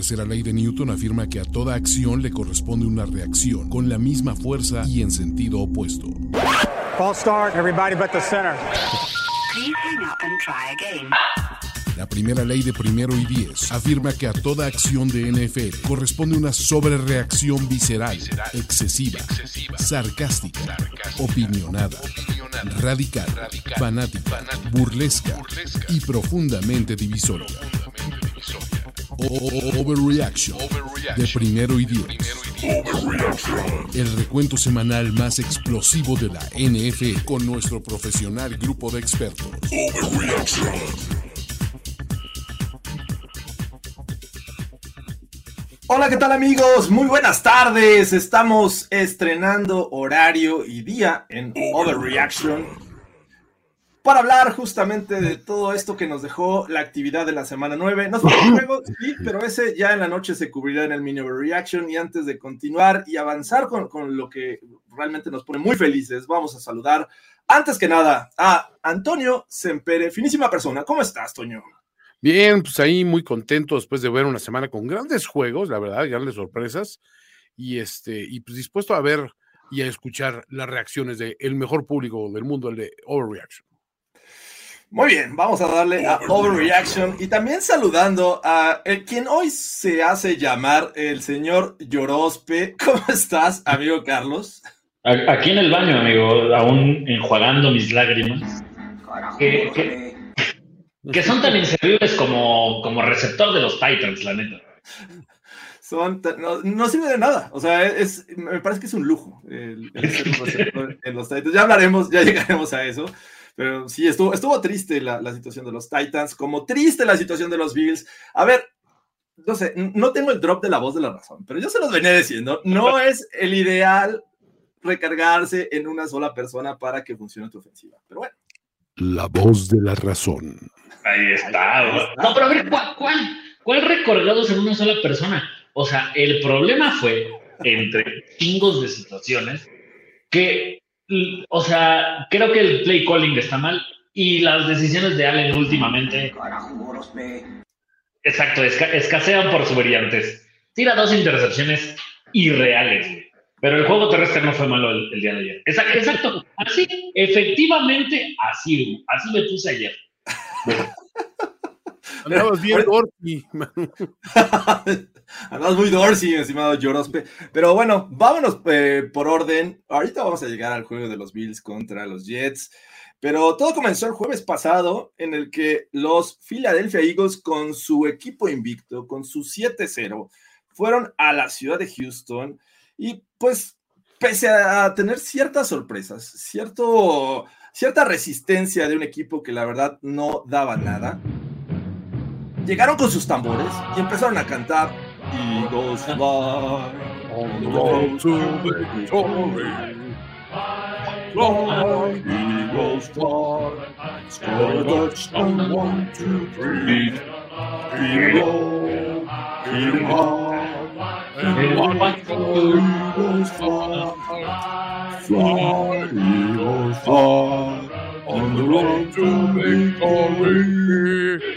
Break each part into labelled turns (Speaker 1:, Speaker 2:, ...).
Speaker 1: tercera ley de Newton afirma que a toda acción le corresponde una reacción, con la misma fuerza y en sentido opuesto.
Speaker 2: False start, everybody but the center.
Speaker 3: Please hang up and try again.
Speaker 1: La primera ley de primero y 10 afirma que a toda acción de NFL corresponde una sobrereacción visceral, excesiva, sarcástica, opinionada, radical, fanática, burlesca y profundamente divisoria. Overreaction de primero y 10. El recuento semanal más explosivo de la NFL con nuestro profesional grupo de expertos.
Speaker 4: Hola, ¿qué tal amigos? Muy buenas tardes. Estamos estrenando horario y día en Overreaction para hablar justamente de todo esto que nos dejó la actividad de la semana 9. Nos falta un juego, sí, pero ese ya en la noche se cubrirá en el mini Overreaction. Y antes de continuar y avanzar con lo que realmente nos pone muy felices, vamos a saludar antes que nada a Antonio Sempere, finísima persona. ¿Cómo estás, Toño?
Speaker 5: Bien, pues ahí muy contento después de ver una semana con grandes juegos, la verdad, grandes sorpresas, y pues dispuesto a ver y a escuchar las reacciones del mejor público del mundo, el de Overreaction.
Speaker 4: Muy bien, vamos a darle a Overreaction y también saludando a quien hoy se hace llamar el señor Yorospe. ¿Cómo estás, amigo Carlos?
Speaker 6: Aquí en el baño, amigo, aún enjuagando mis lágrimas. Que son tan inservibles como receptor de los Titans, la neta.
Speaker 4: No sirve de nada. O sea, me parece que es un lujo el ser un receptor en los Titans. Ya llegaremos a eso. Pero sí, estuvo triste la situación de los Titans, como triste la situación de los Bills. A ver, no sé, no tengo el drop de la voz de la razón, pero yo se los venía diciendo, no es el ideal recargarse en una sola persona para que funcione tu ofensiva. Pero bueno.
Speaker 1: La voz de la razón.
Speaker 6: Ahí está. No, pero a ver, ¿cuál recordados en una sola persona? O sea, el problema fue, entre chingos de situaciones, que, o sea, creo que el play calling está mal y las decisiones de Allen últimamente, exacto, escasean por su brillantez. Tira 2 intercepciones irreales, güey. Pero el juego terrestre no fue malo el día de ayer. Exacto, así, efectivamente, así me puse ayer.
Speaker 5: Andabas bien Dorsey.
Speaker 4: Andabas muy Dorsey, estimado Yorospe. Pero bueno, vámonos por orden. Ahorita vamos a llegar al juego de los Bills contra los Jets. Pero todo comenzó el jueves pasado, en el que los Philadelphia Eagles, con su equipo invicto, con su 7-0, fueron a la ciudad de Houston. Y pues, pese a tener ciertas sorpresas, cierta resistencia de un equipo que la verdad no daba nada, llegaron con sus tambores y empezaron a cantar Eagles fly on the road to victory. Fly, Eagles fly, score a touchdown, 1, 2, 3. Keep low, keep high, and watch the Eagles fly. Fly, Eagles fly, on the road to victory.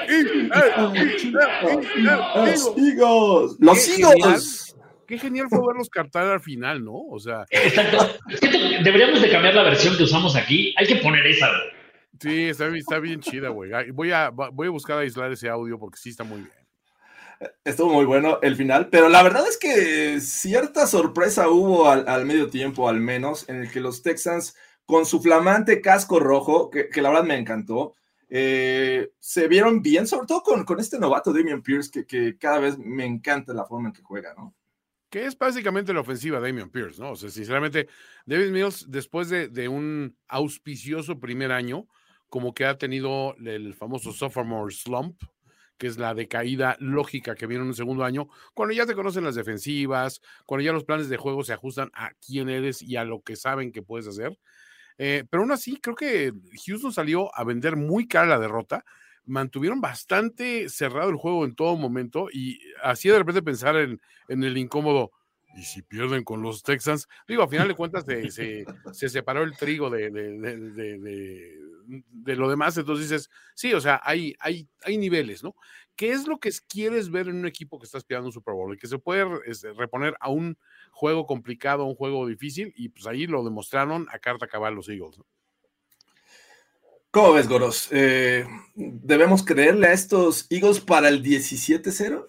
Speaker 4: Los Eagles.
Speaker 5: Qué genial fue verlos cantar al final, ¿no? O sea.
Speaker 6: Exacto. Deberíamos de cambiar la versión que usamos aquí. Hay que poner esa, güey.
Speaker 5: Sí, está bien chida, güey. Voy a buscar aislar ese audio porque sí está muy bien.
Speaker 4: Estuvo muy bueno el final, pero la verdad es que cierta sorpresa hubo al medio tiempo, al menos, en el que los Texans, con su flamante casco rojo, que la verdad me encantó, se vieron bien, sobre todo con este novato Dameon Pierce, que cada vez me encanta la forma en que juega, ¿no?
Speaker 5: Que es básicamente la ofensiva de Dameon Pierce, ¿no? O sea, sinceramente, Davis Mills, después de un auspicioso primer año, como que ha tenido el famoso sophomore slump, que es la decaída lógica que viene en un segundo año, cuando ya te conocen las defensivas, cuando ya los planes de juego se ajustan a quién eres y a lo que saben que puedes hacer. Pero aún así, creo que Houston salió a vender muy cara la derrota, mantuvieron bastante cerrado el juego en todo momento y hacía de repente pensar en el incómodo, ¿y si pierden con los Texans? Digo, a final de cuentas se separó el trigo de lo demás, entonces dices, sí, o sea, hay niveles, ¿no? ¿qué es lo que quieres ver en un equipo que está aspirando a un Super Bowl y que se puede reponer a un juego complicado, a un juego difícil? Y pues ahí lo demostraron a carta cabal los Eagles, ¿no?
Speaker 4: ¿Cómo ves, Goros? ¿Debemos creerle a estos Eagles para el 17-0?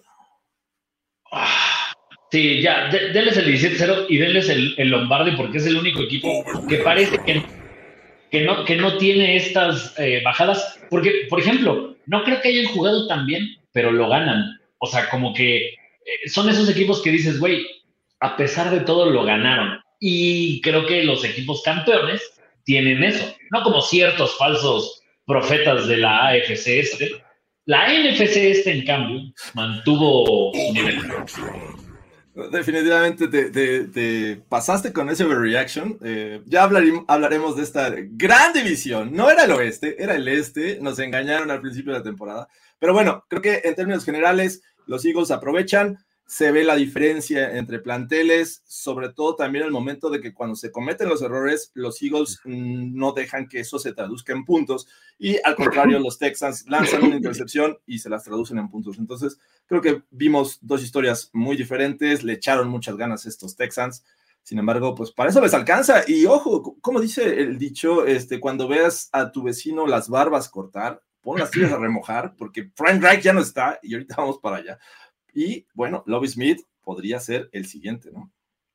Speaker 6: Sí, ya, denles el 17-0 y denles el Lombardi porque es el único equipo que parece que no tiene estas bajadas. Porque, por ejemplo, no creo que hayan jugado tan bien, pero lo ganan. O sea, como que son esos equipos que dices, güey, a pesar de todo lo ganaron. Y creo que los equipos campeones tienen eso. No como ciertos falsos profetas de la AFC Este. La NFC Este, en cambio, mantuvo su nivel.
Speaker 4: Definitivamente te pasaste con ese overreaction. Ya hablaremos de esta gran división. No era el oeste, era el este. Nos engañaron al principio de la temporada. Pero bueno, creo que en términos generales, los Eagles aprovechan. Se ve la diferencia entre planteles, sobre todo también el momento de que cuando se cometen los errores, los Eagles no dejan que eso se traduzca en puntos, y al contrario, los Texans lanzan una intercepción y se las traducen en puntos. Entonces, creo que vimos dos historias muy diferentes, le echaron muchas ganas a estos Texans, sin embargo, pues para eso les alcanza. Y ojo, como dice el dicho, cuando veas a tu vecino las barbas cortar, pon las tuyas a remojar, porque Frank Reich ya no está, y ahorita vamos para allá. Y bueno, Lovie Smith podría ser el siguiente, ¿no?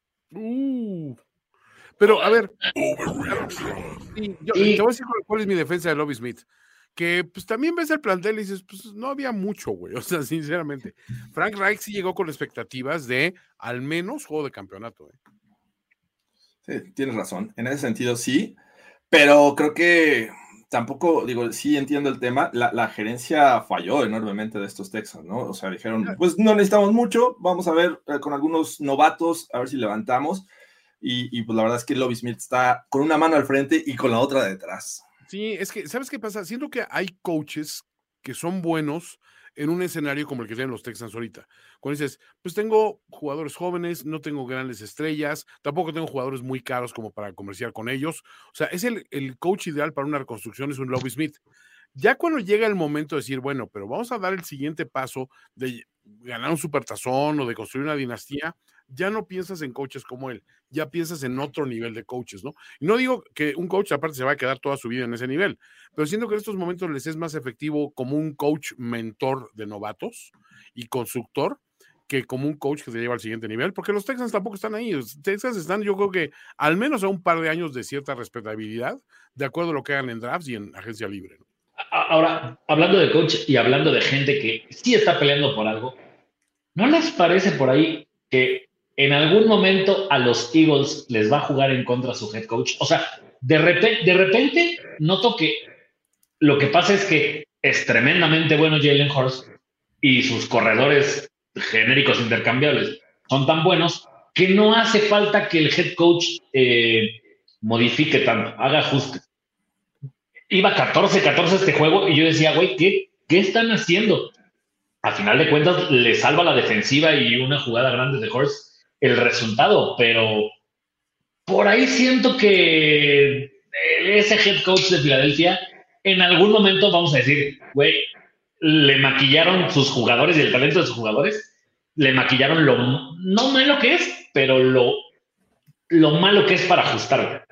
Speaker 5: Pero a ver, yo te voy a decir cuál es mi defensa de Lovie Smith. Que pues también ves el plantel y dices, pues no había mucho, güey. O sea, sinceramente, Frank Reich sí llegó con expectativas de al menos juego de campeonato.
Speaker 4: Sí, tienes razón. En ese sentido sí, pero creo que tampoco, digo, sí entiendo el tema, la gerencia falló enormemente de estos Texans, ¿no? O sea, dijeron, pues no necesitamos mucho, vamos a ver con algunos novatos, a ver si levantamos, y pues la verdad es que Lovie Smith está con una mano al frente y con la otra detrás.
Speaker 5: Sí, es que, ¿sabes qué pasa? Siento que hay coaches que son buenos en un escenario como el que tienen los Texans ahorita. Cuando dices, pues tengo jugadores jóvenes, no tengo grandes estrellas, tampoco tengo jugadores muy caros como para comerciar con ellos. O sea, es el coach ideal para una reconstrucción, es un Lovie Smith. Ya cuando llega el momento de decir, bueno, pero vamos a dar el siguiente paso de ganar un supertazón o de construir una dinastía, ya no piensas en coaches como él, ya piensas en otro nivel de coaches, ¿no? Y no digo que un coach aparte se va a quedar toda su vida en ese nivel, pero siento que en estos momentos les es más efectivo como un coach mentor de novatos y constructor que como un coach que te lleva al siguiente nivel, porque los Texans tampoco están ahí. Los Texans están, yo creo que al menos a un par de años de cierta respetabilidad, de acuerdo a lo que hagan en drafts y en agencia libre, ¿no?
Speaker 6: Ahora, hablando de coach y hablando de gente que sí está peleando por algo, ¿no les parece por ahí que en algún momento a los Eagles les va a jugar en contra su head coach? O sea, de repente noto que lo que pasa es que es tremendamente bueno Jalen Hurts y sus corredores genéricos intercambiables son tan buenos que no hace falta que el head coach modifique tanto, haga ajustes. Iba 14-14 este juego y yo decía, güey, ¿qué están haciendo? A final de cuentas le salva la defensiva y una jugada grande de Hurts el resultado, pero por ahí siento que ese head coach de Filadelfia en algún momento vamos a decir, güey, le maquillaron sus jugadores y el talento de sus jugadores, le maquillaron lo no malo que es, pero lo malo que es para ajustar.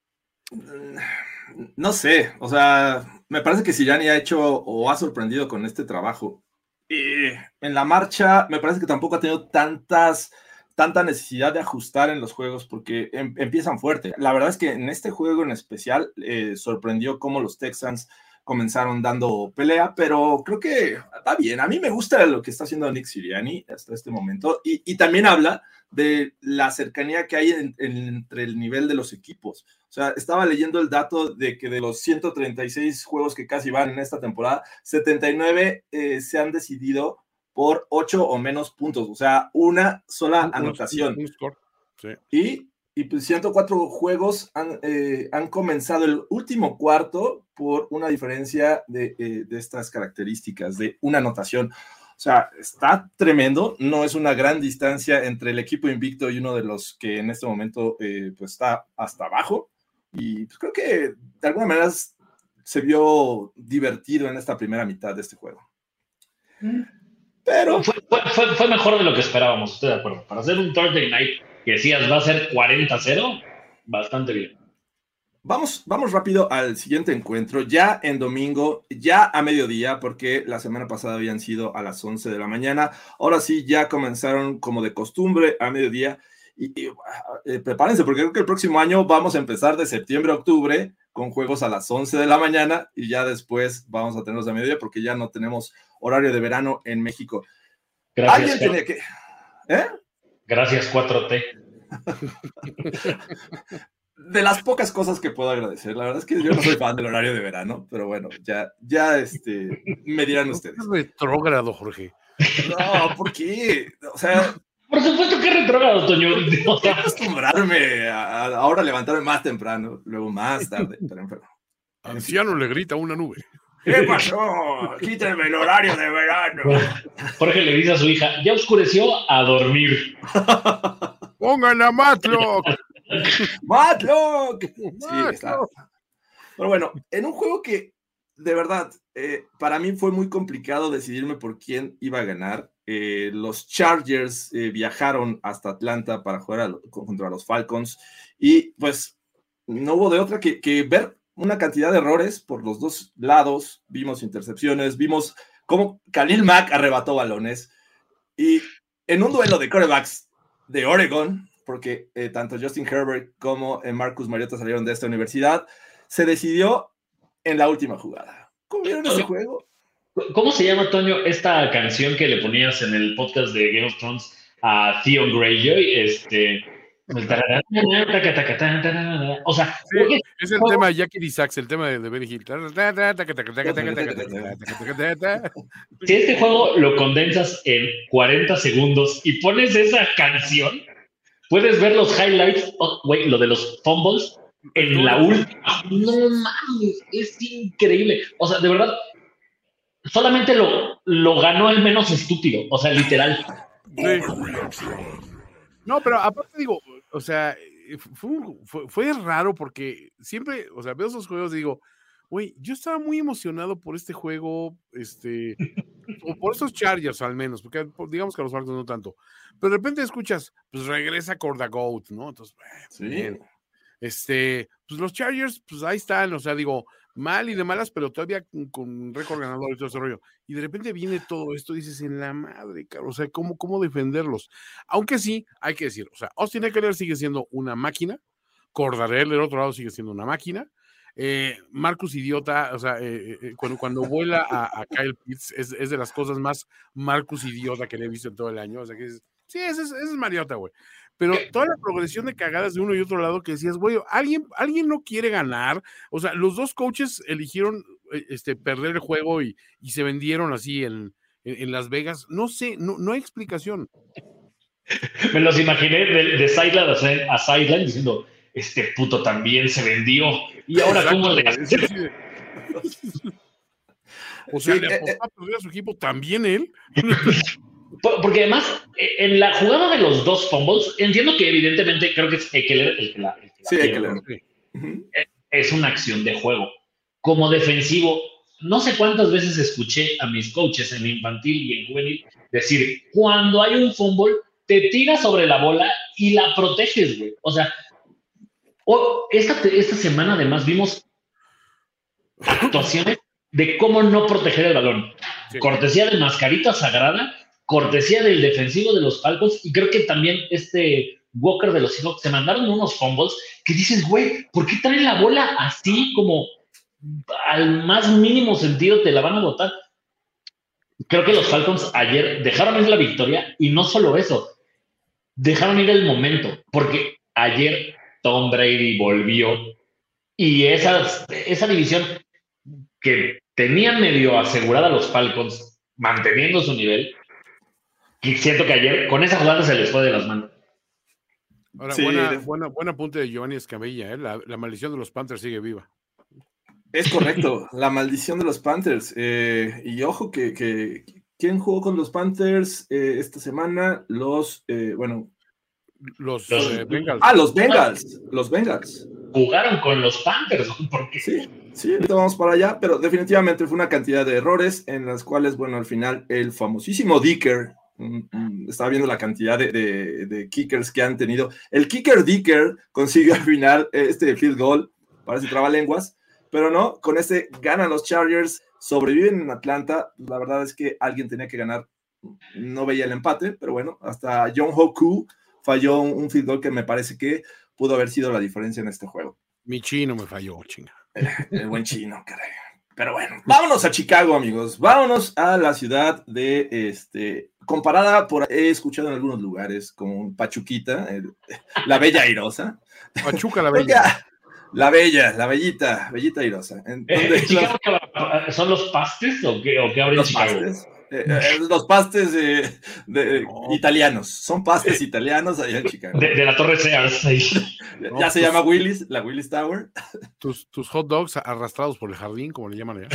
Speaker 4: No sé, o sea, me parece que Sirianni ha hecho o ha sorprendido con este trabajo. En la marcha me parece que tampoco ha tenido tanta necesidad de ajustar en los juegos porque empiezan fuerte. La verdad es que en este juego en especial sorprendió cómo los Texans comenzaron dando pelea, pero creo que está bien. A mí me gusta lo que está haciendo Nick Sirianni hasta este momento y también habla de la cercanía que hay entre el nivel de los equipos. O sea, estaba leyendo el dato de que de los 136 juegos que casi van en esta temporada, 79 se han decidido por 8 o menos puntos, o sea, una sola anotación. Sí. Y pues 104 juegos han comenzado el último cuarto por una diferencia de estas características, de una anotación. O sea, está tremendo, no es una gran distancia entre el equipo invicto y uno de los que en este momento pues está hasta abajo. Y pues creo que de alguna manera se vio divertido en esta primera mitad de este juego. Pero
Speaker 6: Fue mejor de lo que esperábamos, estoy de acuerdo. Para hacer un Thursday Night que decías va a ser 40-0, bastante bien.
Speaker 4: vamos rápido al siguiente encuentro, ya en domingo, ya a mediodía, porque la semana pasada habían sido a las 11 de la mañana. Ahora sí, ya comenzaron como de costumbre a mediodía. Y prepárense, porque creo que el próximo año vamos a empezar de septiembre a octubre con juegos a las 11 de la mañana y ya después vamos a tenerlos a mediodía porque ya no tenemos horario de verano en México.
Speaker 6: Gracias,
Speaker 4: Alguien tiene que... ¿Eh?
Speaker 6: Gracias, 4T.
Speaker 4: De las pocas cosas que puedo agradecer, la verdad es que yo no soy fan del horario de verano, pero bueno, ya me dirán ustedes.
Speaker 5: Es retrógrado, Jorge.
Speaker 4: No, ¿por qué? O sea...
Speaker 6: Por supuesto que retrógrado, Toño. O sea,
Speaker 4: acostumbrarme a ahora levantarme más temprano, luego más tarde. Pero...
Speaker 5: Anciano le grita a una nube.
Speaker 4: ¿Qué pasó? Quítenme el horario de verano.
Speaker 6: Jorge le dice a su hija, ya oscureció, a dormir.
Speaker 5: ¡Pongan a Matlock!
Speaker 4: ¡Matlock! Sí, está. Pero bueno, en un juego que, de verdad, para mí fue muy complicado decidirme por quién iba a ganar. Los Chargers viajaron hasta Atlanta para jugar contra los Falcons y pues no hubo de otra que ver una cantidad de errores por los dos lados. Vimos intercepciones, vimos cómo Khalil Mack arrebató balones y en un duelo de quarterbacks de Oregon, porque tanto Justin Herbert como Marcus Mariota salieron de esta universidad, se decidió en la última jugada. ¿Cómo vieron ese juego?
Speaker 6: ¿Cómo se llama, Toño, esta canción que le ponías en el podcast de Game of Thrones a Theon Greyjoy? O sea,
Speaker 5: sí, es el tema de Jackie D. Sax, el tema de Benny Hill.
Speaker 6: Si este juego lo condensas en 40 segundos y pones esa canción, puedes ver los highlights, lo de los fumbles en la última. No mames, es increíble. O sea, de verdad, solamente lo ganó el menos estúpido, o sea, literal.
Speaker 5: Sí. No, pero aparte digo, o sea, fue raro porque siempre, o sea, veo esos juegos y digo, güey, yo estaba muy emocionado por este juego, o por esos Chargers al menos, porque digamos que a los Falcons no tanto, pero de repente escuchas, pues regresa Corda Goat, ¿no? Entonces,
Speaker 4: sí.
Speaker 5: Bien. Pues los Chargers, pues ahí están, o sea, digo, mal y de malas, pero todavía con récord ganador y todo ese rollo. Y de repente viene todo esto, dices, en la madre, caro, o sea, ¿cómo defenderlos? Aunque sí, hay que decir, o sea, Austin Ekeler sigue siendo una máquina, Cordarel del otro lado sigue siendo una máquina, Marcus Idiota, o sea, cuando vuela a Kyle Pitts, es de las cosas más Marcus Idiota que le he visto en todo el año, o sea, que sí, ese es Mariota, güey. Pero toda la progresión de cagadas de uno y otro lado que decías, güey, alguien no quiere ganar. O sea, los dos coaches eligieron perder el juego y se vendieron así en Las Vegas. No sé, no hay explicación.
Speaker 6: Me los imaginé de sideline a sideline diciendo, este puto también se vendió. Y ahora,
Speaker 5: exacto,
Speaker 6: ¿cómo le hace?
Speaker 5: O sea, le apostó a perder a su equipo también él.
Speaker 6: Porque además, en la jugada de los dos fumbles, entiendo que evidentemente creo que es Ekeler el que la
Speaker 4: Ekeler.
Speaker 6: Es una acción de juego. Como defensivo, no sé cuántas veces escuché a mis coaches en infantil y en juvenil decir, cuando hay un fumble, te tiras sobre la bola y la proteges, güey. O sea, esta semana además vimos actuaciones de cómo no proteger el balón. Sí. Cortesía de Mascarita Sagrada, cortesía del defensivo de los Falcons, y creo que también Walker de los Seahawks se mandaron unos fumbles que dices, güey, ¿por qué traen la bola así como al más mínimo sentido te la van a botar? Creo que los Falcons ayer dejaron ir la victoria y no solo eso, dejaron ir el momento, porque ayer Tom Brady volvió y esa división que tenían medio asegurada los Falcons manteniendo su nivel, y siento que ayer con esa jugada se les fue de las manos.
Speaker 5: Ahora, sí, buen apunte de Giovanni Escamilla, la maldición de los Panthers sigue viva.
Speaker 4: Es correcto, la maldición de los Panthers. Y ojo que ¿quién jugó con los Panthers esta semana? Los
Speaker 5: Bengals.
Speaker 4: Los Bengals.
Speaker 6: jugaron con los Panthers, porque
Speaker 4: Sí, ahorita vamos para allá, pero definitivamente fue una cantidad de errores en las cuales, bueno, al final el famosísimo Dicker, estaba viendo la cantidad de kickers que han tenido. El kicker Dicker consiguió al final este field goal, parece trabalenguas, pero no, con este ganan los Chargers, sobreviven en Atlanta. La verdad es que alguien tenía que ganar, no veía el empate, pero bueno, hasta John Hoku falló un field goal que me parece que pudo haber sido la diferencia en este juego.
Speaker 5: Mi chino me falló, chinga.
Speaker 4: El buen chino, caray. Pero bueno, vámonos a Chicago, amigos. Vámonos a la ciudad de, comparada por, he escuchado en algunos lugares, como Pachuquita, la bella airosa.
Speaker 5: Pachuca la bella.
Speaker 4: La bellita airosa.
Speaker 6: ¿Chicago son los pastes o qué abren
Speaker 4: los
Speaker 6: Chicago?
Speaker 4: Pastes. Los pastes italianos, son pastes italianos allá en Chicago.
Speaker 6: De la Torre Sears. Ahí.
Speaker 4: Ya se llama Willis, la Willis Tower.
Speaker 5: Tus hot dogs arrastrados por el jardín, como le llaman allá.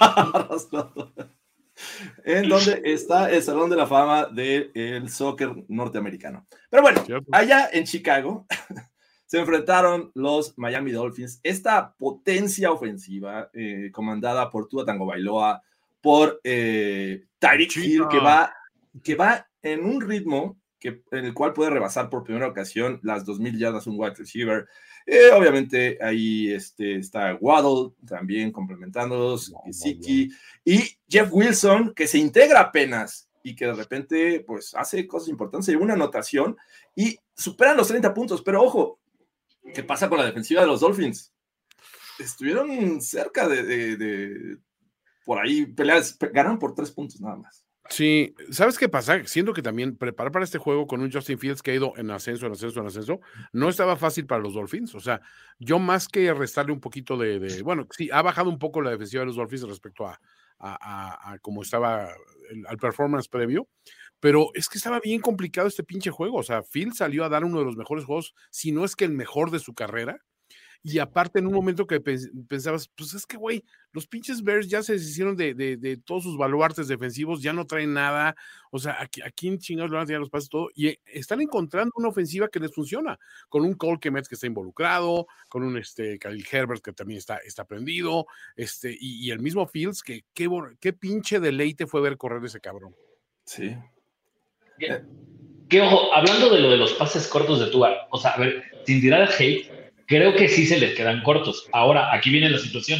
Speaker 4: En donde está el Salón de la Fama del soccer norteamericano. Pero bueno, allá en Chicago se enfrentaron los Miami Dolphins, esta potencia ofensiva comandada por Tua Tagovailoa, por Tyreek Hill, que va en un ritmo en el cual puede rebasar por primera ocasión las 2,000 yardas un wide receiver. Obviamente ahí está Waddle también complementándolos, Gesicki, y Jeff Wilson, que se integra apenas y que de repente pues hace cosas importantes, lleva una anotación y superan los 30 puntos, pero ojo, ¿qué pasa con la defensiva de los Dolphins? Estuvieron cerca de por ahí peleas, ganaron por 3 puntos nada más.
Speaker 5: Sí, ¿sabes qué pasa? Siento que también preparar para este juego con un Justin Fields que ha ido en ascenso, no estaba fácil para los Dolphins. O sea, yo más que restarle un poquito bueno, sí, ha bajado un poco la defensiva de los Dolphins respecto a cómo estaba al performance previo, pero es que estaba bien complicado este pinche juego. O sea, Fields salió a dar uno de los mejores juegos, si no es que el mejor de su carrera. Y aparte, en un momento que pensabas, pues es que, güey, los pinches Bears ya se deshicieron de todos sus baluartes defensivos, ya no traen nada. O sea, ¿a quién chingados le van a tirar los pases todo? Y están encontrando una ofensiva que les funciona, con un Cole Kmet que está involucrado, con un Khalil Herbert que también está prendido, y el mismo Fields, que qué pinche deleite fue ver correr ese cabrón.
Speaker 4: Sí.
Speaker 6: Que ojo, hablando de lo de los pases cortos de Tua, o sea, a ver, sin tirar hate, creo que sí se les quedan cortos. Ahora, aquí viene la situación.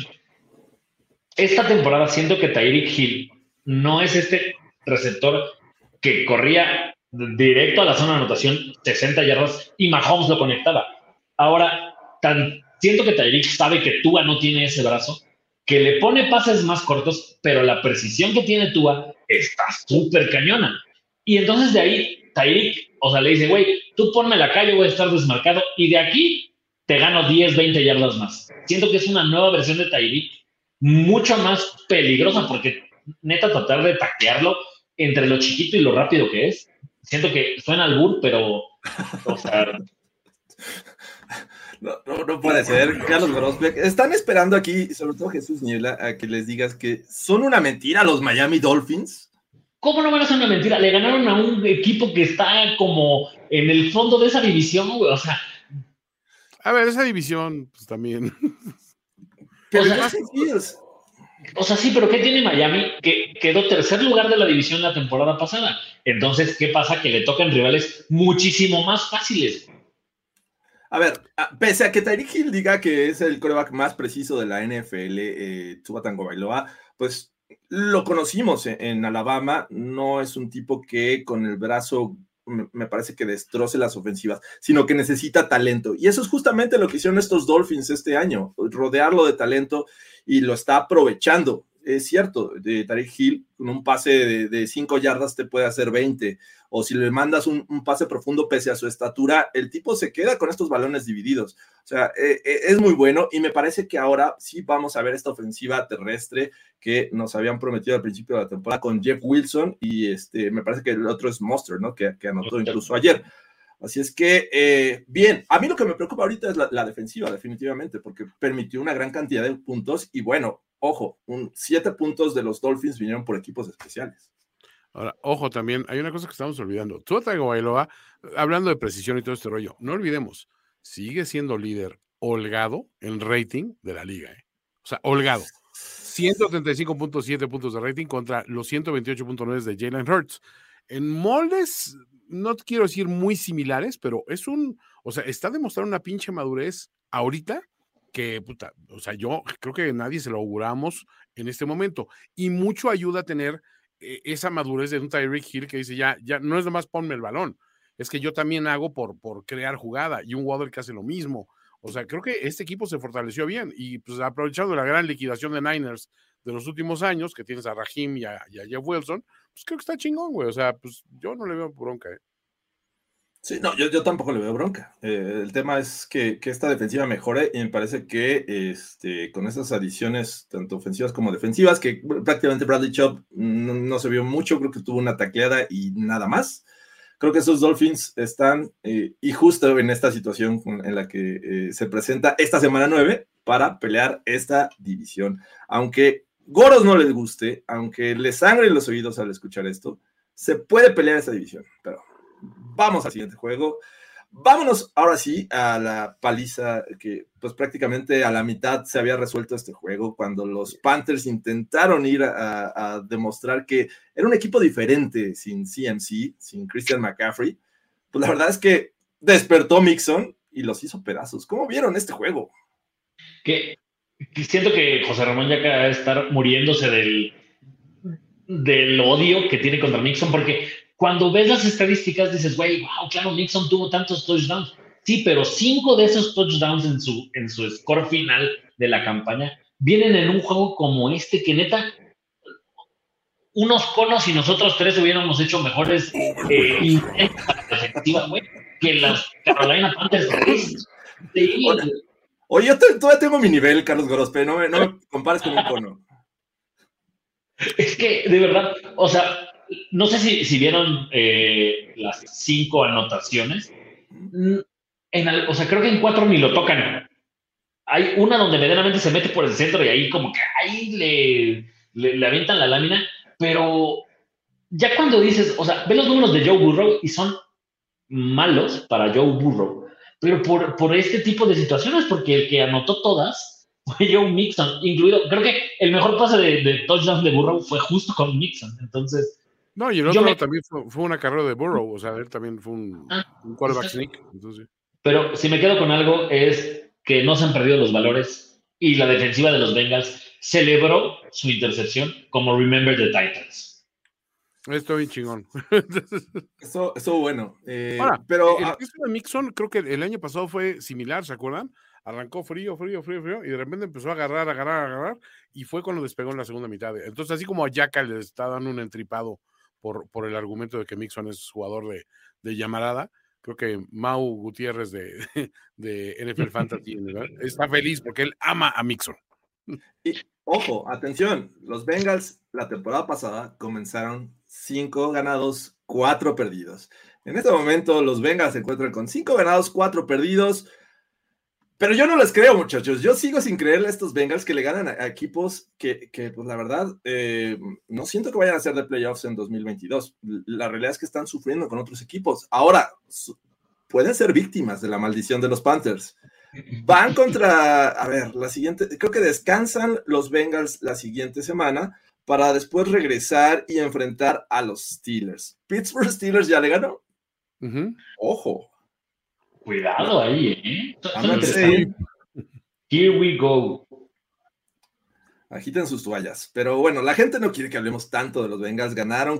Speaker 6: Esta temporada siento que Tyreek Hill no es este receptor que corría directo a la zona de anotación 60 yardas y Mahomes lo conectaba. Ahora, siento que Tyreek sabe que Tua no tiene ese brazo, que le pone pases más cortos, pero la precisión que tiene Tua está súper cañona. Y entonces de ahí, Tyreek, o sea, le dice, güey, tú ponme la calle, voy a estar desmarcado, y de aquí te gano 10, 20 yardas más. Siento que es una nueva versión de Tyreek, mucho más peligrosa, porque neta tratar de taclearlo entre lo chiquito y lo rápido que es, siento que suena albur, pero, o sea...
Speaker 4: No puede ser, Carlos Grosbeck. Están esperando aquí, sobre todo Jesús Niebla, a que les digas que son una mentira los Miami Dolphins.
Speaker 6: ¿Cómo no van a ser una mentira? Le ganaron a un equipo que está como en el fondo de esa división, güey, o sea...
Speaker 5: A ver, esa división, pues también.
Speaker 6: O sea, sí, pero ¿qué tiene Miami? Que quedó tercer lugar de la división la temporada pasada. Entonces, ¿qué pasa? Que le tocan rivales muchísimo más fáciles.
Speaker 4: A ver, pese a que Tyreek Hill diga que es el quarterback más preciso de la NFL, Tua Tagovailoa, pues lo conocimos en Alabama. No es un tipo que con el brazo me parece que destroce las ofensivas, sino que necesita talento. Y eso es justamente lo que hicieron estos Dolphins este año, rodearlo de talento, y lo está aprovechando. Es cierto, de Tyreek Hill, con un pase de 5 yardas te puede hacer 20, o si le mandas un pase profundo pese a su estatura, el tipo se queda con estos balones divididos. O sea, es muy bueno, y me parece que ahora sí vamos a ver esta ofensiva terrestre que nos habían prometido al principio de la temporada con Jeff Wilson, y me parece que el otro es Mostert, ¿no? Que anotó incluso ayer. Así es que, bien, a mí lo que me preocupa ahorita es la defensiva, definitivamente, porque permitió una gran cantidad de puntos, y bueno, ojo, 7 puntos de los Dolphins vinieron por equipos especiales.
Speaker 5: Ahora, ojo, también hay una cosa que estamos olvidando. Tua Tagovailoa, hablando de precisión y todo este rollo, no olvidemos, sigue siendo líder holgado en rating de la liga. O sea, holgado. 135.7 puntos de rating contra los 128.9 de Jalen Hurts. En moldes, no quiero decir muy similares, pero o sea, está demostrando una pinche madurez ahorita que, puta, o sea, yo creo que nadie se lo auguramos en este momento. Y mucho ayuda a tener esa madurez de un Tyreek Hill que dice, ya no es nomás ponme el balón, es que yo también hago por crear jugada, y un Waddle que hace lo mismo. O sea, creo que este equipo se fortaleció bien, y pues aprovechando la gran liquidación de Niners de los últimos años, que tienes a Raheem y a Jeff Wilson, pues creo que está chingón, güey. O sea, pues yo no le veo bronca,
Speaker 4: Sí, no, yo tampoco le veo bronca. El tema es que esta defensiva mejore, y me parece que con esas adiciones, tanto ofensivas como defensivas, que prácticamente Bradley Chubb no se vio mucho, creo que tuvo una tacleada y nada más. Creo que esos Dolphins están, y justo en esta situación en la que se presenta esta semana 9 para pelear esta división. Aunque Goros no les guste, aunque les sangren los oídos al escuchar esto, se puede pelear esta división, pero vamos al siguiente juego. Vámonos ahora sí a la paliza que pues prácticamente a la mitad se había resuelto este juego cuando los Panthers intentaron ir a demostrar que era un equipo diferente sin CMC, sin Christian McCaffrey. Pues la verdad es que despertó Mixon y los hizo pedazos. ¿Cómo vieron este juego?
Speaker 6: Que siento que José Ramón ya acaba de estar muriéndose del odio que tiene contra Mixon, porque cuando ves las estadísticas dices, güey, wow, claro, Mixon tuvo tantos touchdowns. Sí, pero 5 de esos touchdowns en su score final de la campaña vienen en un juego como este, que neta, unos conos y nosotros 3 hubiéramos hecho mejores intentos para la efectiva, güey, que las Carolina Panthers. Sí.
Speaker 4: Oye, yo todavía tengo mi nivel, Carlos Gorospe, no me compares con un cono.
Speaker 6: Es que, de verdad, o sea, no sé si vieron las 5 anotaciones. O sea, creo que en 4 ni lo tocan. Hay una donde medianamente se mete por el centro y ahí como que ahí le avientan la lámina, pero ya cuando dices, o sea, ve los números de Joe Burrow y son malos para Joe Burrow, pero por este tipo de situaciones, porque el que anotó todas fue Joe Mixon, incluido, creo que el mejor pase de touchdown de Burrow fue justo con Mixon, entonces...
Speaker 5: No, y el otro también fue una carrera de Burrow, o sea, él también fue un quarterback sneak. Entonces.
Speaker 6: Pero si me quedo con algo es que no se han perdido los valores y la defensiva de los Bengals celebró su intercepción como Remember the Titans.
Speaker 5: Esto bien chingón.
Speaker 4: Eso bueno.
Speaker 5: Ahora,
Speaker 4: pero
Speaker 5: el caso de Mixon creo que el año pasado fue similar, ¿se acuerdan? Arrancó frío, y de repente empezó a agarrar, y fue cuando despegó en la segunda mitad. Entonces, así como a Yaka le está dando un entripado por el argumento de que Mixon es jugador de llamarada, creo que Mau Gutiérrez de NFL Fantasy, ¿verdad? Está feliz porque él ama a Mixon.
Speaker 4: Y, ojo, atención, los Bengals la temporada pasada comenzaron 5 ganados, 4 perdidos. En este momento los Bengals se encuentran con 5 ganados, 4 perdidos, pero yo no les creo, muchachos. Yo sigo sin creerle a estos Bengals que le ganan a equipos que pues la verdad, no siento que vayan a ser de playoffs en 2022. La realidad es que están sufriendo con otros equipos. Ahora, pueden ser víctimas de la maldición de los Panthers. Van contra, a ver, la siguiente, creo que descansan los Bengals la siguiente semana para después regresar y enfrentar a los Steelers. Pittsburgh Steelers ya le ganó.
Speaker 5: Uh-huh.
Speaker 4: Ojo.
Speaker 6: Cuidado ahí,
Speaker 4: Sí.
Speaker 6: Here we go.
Speaker 4: Agiten sus toallas. Pero bueno, la gente no quiere que hablemos tanto de los Bengals. Ganaron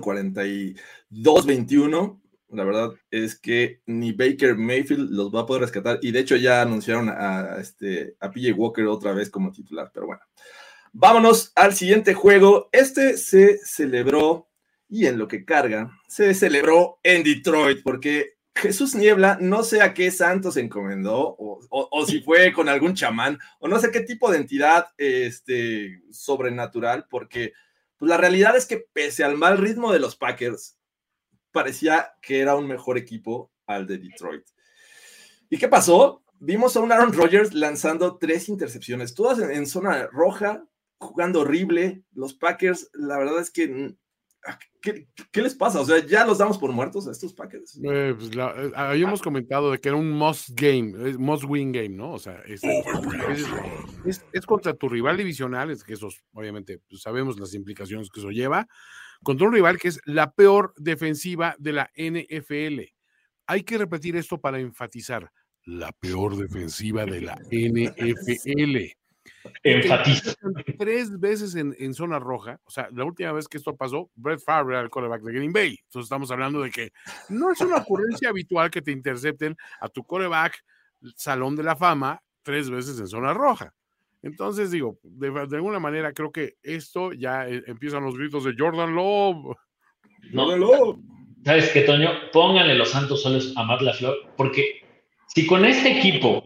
Speaker 4: 42-21. La verdad es que ni Baker Mayfield los va a poder rescatar. Y de hecho ya anunciaron a PJ Walker otra vez como titular. Pero bueno, vámonos al siguiente juego. Este se celebró, y en lo que carga, se celebró en Detroit, porque Jesús Niebla, no sé a qué santo se encomendó, o si fue con algún chamán, o no sé qué tipo de entidad sobrenatural, porque pues, la realidad es que pese al mal ritmo de los Packers, parecía que era un mejor equipo al de Detroit. ¿Y qué pasó? Vimos a un Aaron Rodgers lanzando 3 intercepciones, todas en zona roja, jugando horrible. Los Packers, la verdad es que ¿Qué les pasa? O sea, ¿ya los damos por muertos a estos Packers?
Speaker 5: Pues habíamos comentado de que era un must win game, ¿no? O sea, es contra tu rival divisional, es que esos, obviamente, pues sabemos las implicaciones que eso lleva, contra un rival que es la peor defensiva de la NFL. Hay que repetir esto para enfatizar, la peor defensiva de la NFL.
Speaker 6: Enfatiza.
Speaker 5: 3 veces en zona roja, o sea, la última vez que esto pasó, Brett Favre era el quarterback de Green Bay. Entonces estamos hablando de que no es una ocurrencia habitual que te intercepten a tu quarterback Salón de la Fama 3 veces en zona roja. Entonces digo, de alguna manera creo que esto ya empiezan los gritos de Jordan Love.
Speaker 6: No, ¿sabes qué, Toño? Pónganle los santos soles a Matt LaFleur, porque si con este equipo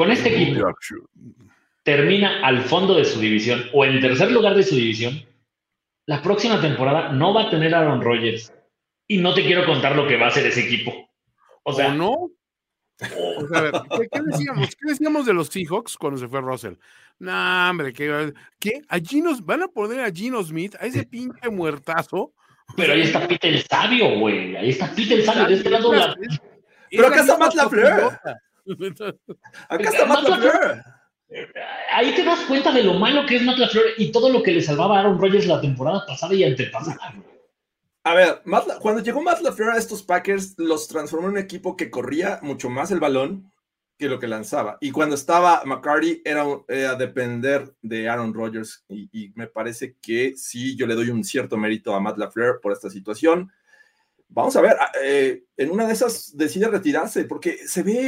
Speaker 6: termina al fondo de su división o en tercer lugar de su división, la próxima temporada no va a tener a Aaron Rodgers. Y no te quiero contar lo que va a hacer ese equipo. O sea,
Speaker 5: ¿o no? O sea, a ver, ¿qué decíamos de los Seahawks cuando se fue Russell? No, hombre, ¿qué? ¿A van a poner a Gino Smith, a ese pinche muertazo?
Speaker 6: Pero ahí está Pete el Sabio, güey. Ahí está Pete el Sabio. De este lado
Speaker 4: Pero acá está Matt LaFleur. Acá está Matt LaFleur.
Speaker 6: Ahí te das cuenta de lo malo que es Matt LaFleur y todo lo que le salvaba a Aaron Rodgers la temporada pasada y antepasada.
Speaker 4: A ver, cuando llegó Matt LaFleur a estos Packers, los transformó en un equipo que corría mucho más el balón que lo que lanzaba. Y cuando estaba McCarthy era depender de Aaron Rodgers. Y me parece que sí, yo le doy un cierto mérito a Matt LaFleur por esta situación. Vamos a ver, en una de esas decide retirarse porque se ve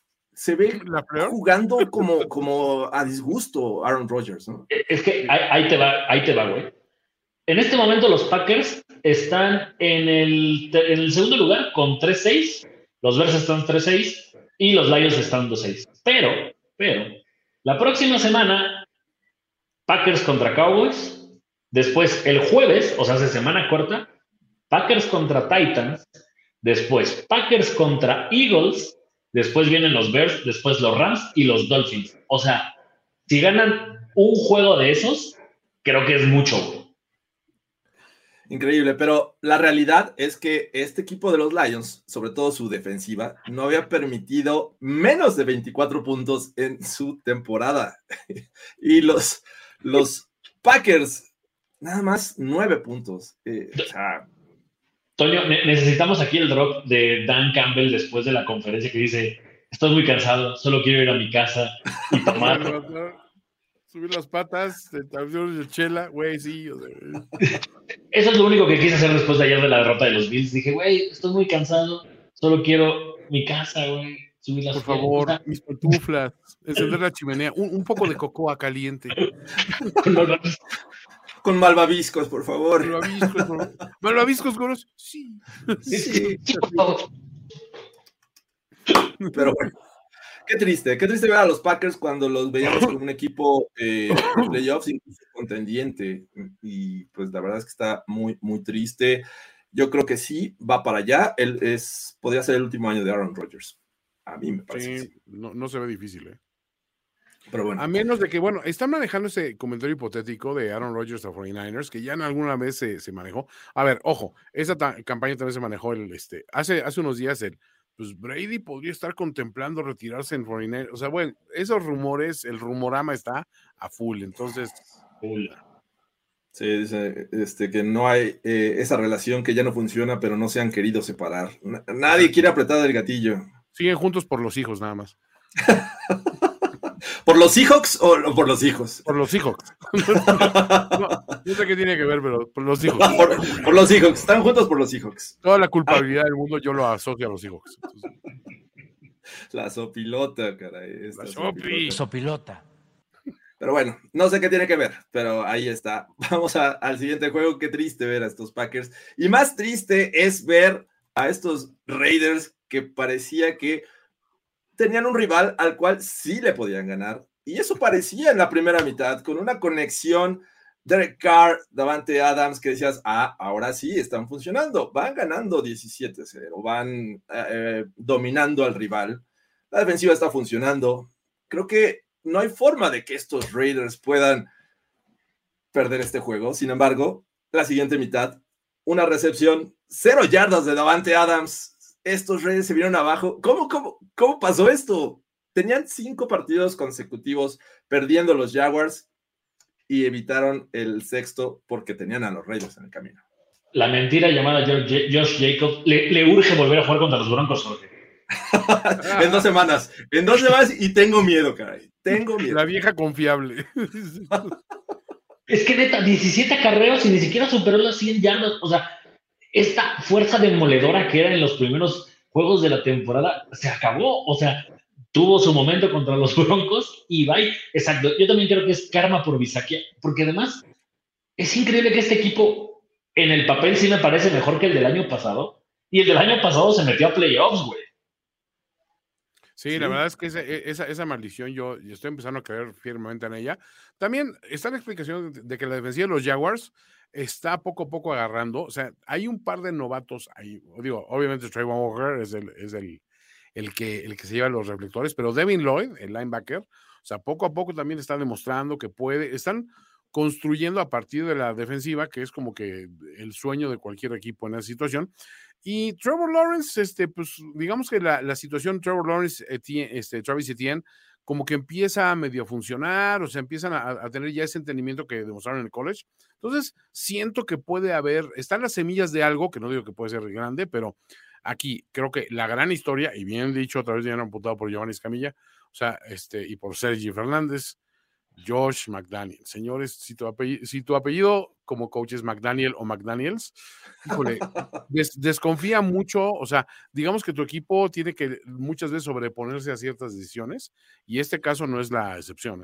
Speaker 4: jugando como a disgusto Aaron Rodgers, ¿no?
Speaker 6: Es que ahí te va, güey. En este momento los Packers están en el segundo lugar con 3-6, los Bears están 3-6 y los Lions están 2-6. Pero, la próxima semana, Packers contra Cowboys, después el jueves, o sea, hace semana corta, Packers contra Titans, después Packers contra Eagles, después vienen los Bears, después los Rams y los Dolphins. O sea, si ganan un juego de esos, creo que es mucho, güey.
Speaker 4: Increíble, pero la realidad es que este equipo de los Lions, sobre todo su defensiva, no había permitido menos de 24 puntos en su temporada. Y los Packers, nada más 9 puntos. O sea,
Speaker 6: Toño, necesitamos aquí el drop de Dan Campbell después de la conferencia que dice: estoy muy cansado, solo quiero ir a mi casa y tomar.
Speaker 5: Subir las patas, de chela, güey, sí. O sea.
Speaker 6: Eso es lo único que quise hacer después de ayer de la derrota de los Bills. Dije, güey, estoy muy cansado, solo quiero mi casa, güey. Subir las
Speaker 5: Por favor, mis pantuflas, encender la chimenea, un poco de cocoa caliente.
Speaker 4: Con malvaviscos, por favor.
Speaker 5: ¿Malvaviscos, goros? Sí.
Speaker 6: Sí, por favor.
Speaker 4: Pero bueno, qué triste ver a los Packers cuando los veíamos con un equipo de playoffs, incluso contendiente. Y pues la verdad es que está muy, muy triste. Yo creo que sí, va para allá. Podría ser el último año de Aaron Rodgers. A mí me parece.
Speaker 5: Sí, no se ve difícil, ¿eh?
Speaker 4: Pero bueno.
Speaker 5: A menos de que, bueno, están manejando ese comentario hipotético de Aaron Rodgers a 49ers, que ya en alguna vez se manejó. A ver, ojo, esa campaña también se manejó hace unos días pues Brady podría estar contemplando retirarse en 49ers. O sea, bueno, esos rumores, el rumorama está a full, entonces.
Speaker 4: Sí, dice que no hay esa relación, que ya no funciona, pero no se han querido separar. Nadie quiere apretar el gatillo.
Speaker 5: Siguen juntos por los hijos, nada más.
Speaker 4: ¿Por los Seahawks o por los hijos?
Speaker 5: Por los Seahawks. No sé qué tiene que ver, pero por los Seahawks.
Speaker 4: Por los Seahawks. Están juntos por los Seahawks.
Speaker 5: Toda la culpabilidad del mundo yo lo asocio a los Seahawks. Entonces.
Speaker 4: La sopilota, caray.
Speaker 5: La
Speaker 7: sopilota.
Speaker 4: Pero bueno, no sé qué tiene que ver, pero ahí está. Vamos al siguiente juego. Qué triste ver a estos Packers. Y más triste es ver a estos Raiders que parecía que tenían un rival al cual sí le podían ganar. Y eso parecía en la primera mitad, con una conexión Derek Carr, Davante Adams, que decías, ahora sí están funcionando. Van ganando 17-0, van dominando al rival. La defensiva está funcionando. Creo que no hay forma de que estos Raiders puedan perder este juego. Sin embargo, la siguiente mitad una recepción, 0 yardas de Davante Adams. Estos Raiders se vieron abajo. ¿Cómo pasó esto? Tenían 5 partidos consecutivos perdiendo los Jaguars y evitaron el 6º porque tenían a los Raiders en el camino.
Speaker 6: La mentira llamada Josh Jacobs le urge volver a jugar contra los Broncos, Jorge.
Speaker 4: En 2 semanas y tengo miedo, caray. Tengo miedo.
Speaker 5: La vieja confiable.
Speaker 6: Es que neta, 17 acarreos y ni siquiera superó las 100 yardas. O sea, esta fuerza demoledora que era en los primeros juegos de la temporada se acabó. O sea, tuvo su momento contra los Broncos y bye. Exacto. Yo también creo que es karma por Bisakia, porque además es increíble que este equipo en el papel sí me parece mejor que el del año pasado. Y el del año pasado se metió a playoffs, güey.
Speaker 5: Sí, la verdad es que esa maldición yo estoy empezando a creer firmemente en ella. También está la explicación de que la defensiva de los Jaguars está poco a poco agarrando. O sea, hay un par de novatos ahí. Digo, obviamente Trayvon Walker es el que se lleva los reflectores, pero Devin Lloyd, el linebacker, o sea, poco a poco también está demostrando que puede. Están construyendo a partir de la defensiva, que es como que el sueño de cualquier equipo en esa situación. Y Trevor Lawrence, pues digamos que la situación Trevor Lawrence, Travis Etienne, como que empieza a medio funcionar, o sea, empiezan a tener ya ese entendimiento que demostraron en el college. Entonces, siento que puede haber, están las semillas de algo, que no digo que puede ser grande, pero aquí creo que la gran historia, y bien dicho, otra vez ya han amputado por Giovanni Escamilla, o sea, y por Sergi Fernández, Josh McDaniels. Señores, si tu apellido como coach es McDaniel o McDaniels, híjole, desconfía mucho. O sea, digamos que tu equipo tiene que muchas veces sobreponerse a ciertas decisiones, y este caso no es la excepción.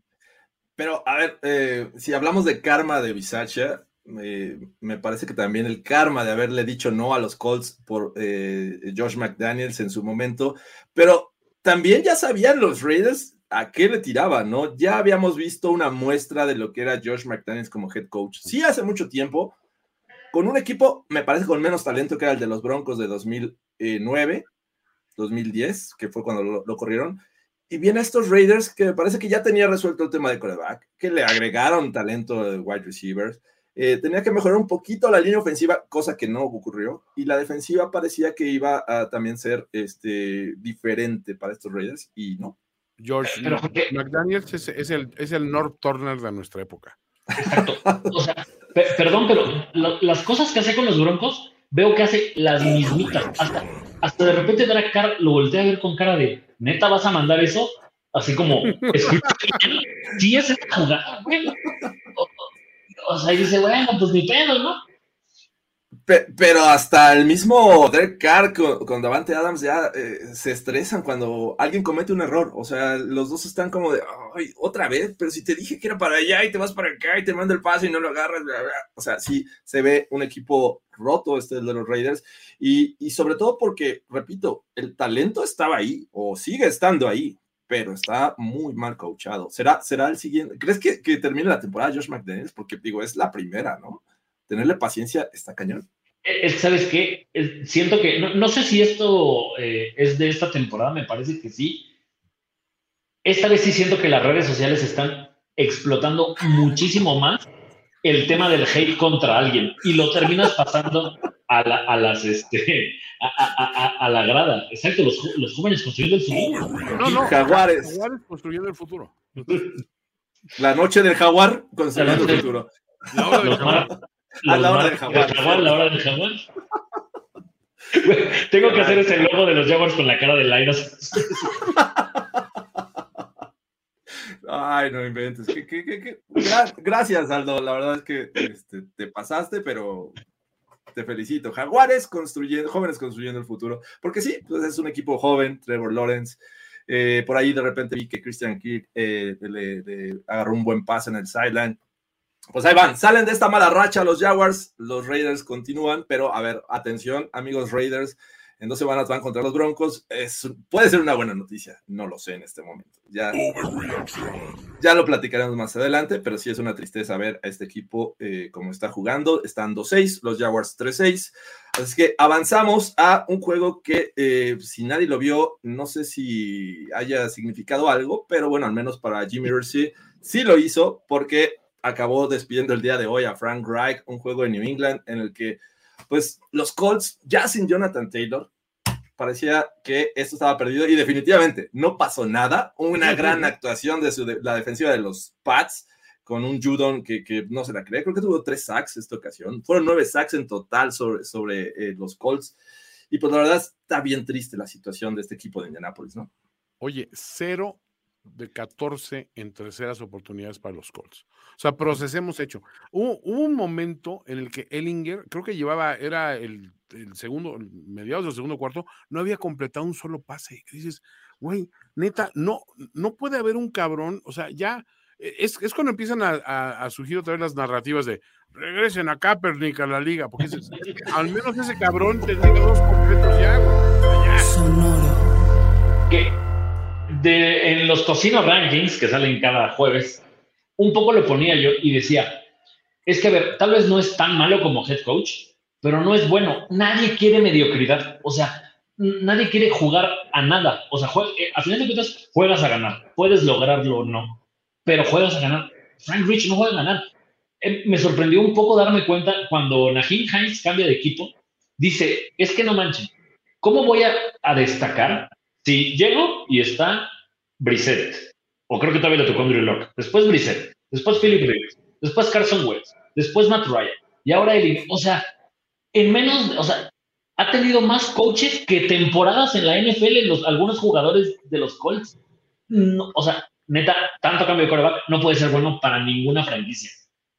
Speaker 4: Pero, a ver, si hablamos de karma de Bisaccia, me parece que también el karma de haberle dicho no a los Colts por Josh McDaniels en su momento, pero también ya sabían los Raiders a qué le tiraba, ¿no? Ya habíamos visto una muestra de lo que era Josh McDaniels como head coach. Sí, hace mucho tiempo, con un equipo, me parece, con menos talento que era el de los Broncos de 2009, 2010, que fue cuando lo corrieron, y viene a estos Raiders que me parece que ya tenía resuelto el tema de quarterback, que le agregaron talento de wide receivers, tenía que mejorar un poquito la línea ofensiva, cosa que no ocurrió, y la defensiva parecía que iba a también ser diferente para estos Raiders, y no.
Speaker 5: George McDaniels es el North Turner de nuestra época.
Speaker 6: Exacto. O sea, perdón, pero las cosas que hace con los Broncos, veo que hace las mismitas. Hasta de repente lo volteé a ver con cara de, ¿neta vas a mandar eso? Así como, sí es esta jugada, güey. O sea, y dice, bueno, pues ni pedo, ¿no?
Speaker 4: Pero hasta el mismo Derek Carr con Davante Adams ya se estresan cuando alguien comete un error. O sea, los dos están como de, ay, otra vez, pero si te dije que era para allá y te vas para acá y te mando el pase y no lo agarras, bla, bla. O sea, sí se ve un equipo roto de los Raiders y sobre todo porque, repito, el talento estaba ahí o sigue estando ahí, pero está muy mal coachado. ¿Será el siguiente? ¿Crees que termine la temporada Josh McDaniels? Porque, digo, es la primera, ¿no? Tenerle paciencia está cañón.
Speaker 6: ¿Sabes qué? Siento que, no sé si esto es de esta temporada, me parece que sí. Esta vez sí siento que las redes sociales están explotando muchísimo más el tema del hate contra alguien y lo terminas pasando a la grada. Exacto, los jóvenes construyendo el futuro.
Speaker 4: No, Jaguares
Speaker 5: construyendo el futuro.
Speaker 4: La noche del jaguar construyendo el futuro.
Speaker 5: La hora del jaguar.
Speaker 6: La hora del jaguar. Tengo que hacer ese logo de los Jaguars con la cara de Lairos.
Speaker 4: Ay, no inventes. Gracias, Aldo. La verdad es que te pasaste, pero te felicito. Jaguares jóvenes construyendo el futuro. Porque sí, pues es un equipo joven, Trevor Lawrence. Por ahí de repente vi que Christian Kirk le agarró un buen pase en el sideline. Pues ahí van, salen de esta mala racha los Jaguars, los Raiders continúan, pero a ver, atención, amigos Raiders, en 2 semanas van contra los Broncos, puede ser una buena noticia, no lo sé en este momento, ya lo platicaremos más adelante, pero sí es una tristeza ver a este equipo como está jugando, están 2-6, los Jaguars 3-6, así que avanzamos a un juego que si nadie lo vio, no sé si haya significado algo, pero bueno, al menos para Jimmy Irsay sí lo hizo, porque acabó despidiendo el día de hoy a Frank Reich, un juego de New England en el que, pues, los Colts, ya sin Jonathan Taylor, parecía que esto estaba perdido y definitivamente no pasó nada. Una gran actuación de la defensiva de los Pats con un Judon que no se la cree. Creo que tuvo 3 sacks esta ocasión. Fueron 9 sacks en total sobre los Colts. Y pues la verdad está bien triste la situación de este equipo de Indianapolis, ¿no?
Speaker 5: Oye, 0 de 14 en terceras oportunidades para los Colts. O sea, procesemos hecho. Hubo un momento en el que Ehlinger, creo que era el segundo, mediados del segundo cuarto, no había completado un solo pase. Y dices, güey, neta, no puede haber un cabrón, o sea, ya es cuando empiezan a surgir otra vez las narrativas de regresen a Kaepernick a la liga, porque es que al menos ese cabrón tendría 2 completos ya, güey. Ya.
Speaker 6: Sonoro. Que en los Tocino Rankings que salen cada jueves, un poco lo ponía yo y decía, es que a ver, tal vez no es tan malo como head coach, pero no es bueno. Nadie quiere mediocridad, o sea, nadie quiere jugar a nada. O sea, a final de cuentas, juegas a ganar. Puedes lograrlo o no, pero juegas a ganar. Frank Rich no juega a ganar. Me sorprendió un poco darme cuenta cuando Nyheim Hines cambia de equipo. Dice, es que no manchen, ¿cómo voy a destacar si llego y está Brissett? O creo que todavía le tocó Andrew Luck. Después Brissett, después Philip Rivers, después Carson Wentz, después Matt Ryan, y ahora Eli. O sea, ha tenido más coaches que temporadas en la NFL algunos jugadores de los Colts. No, o sea, neta, tanto cambio de quarterback no puede ser bueno para ninguna franquicia.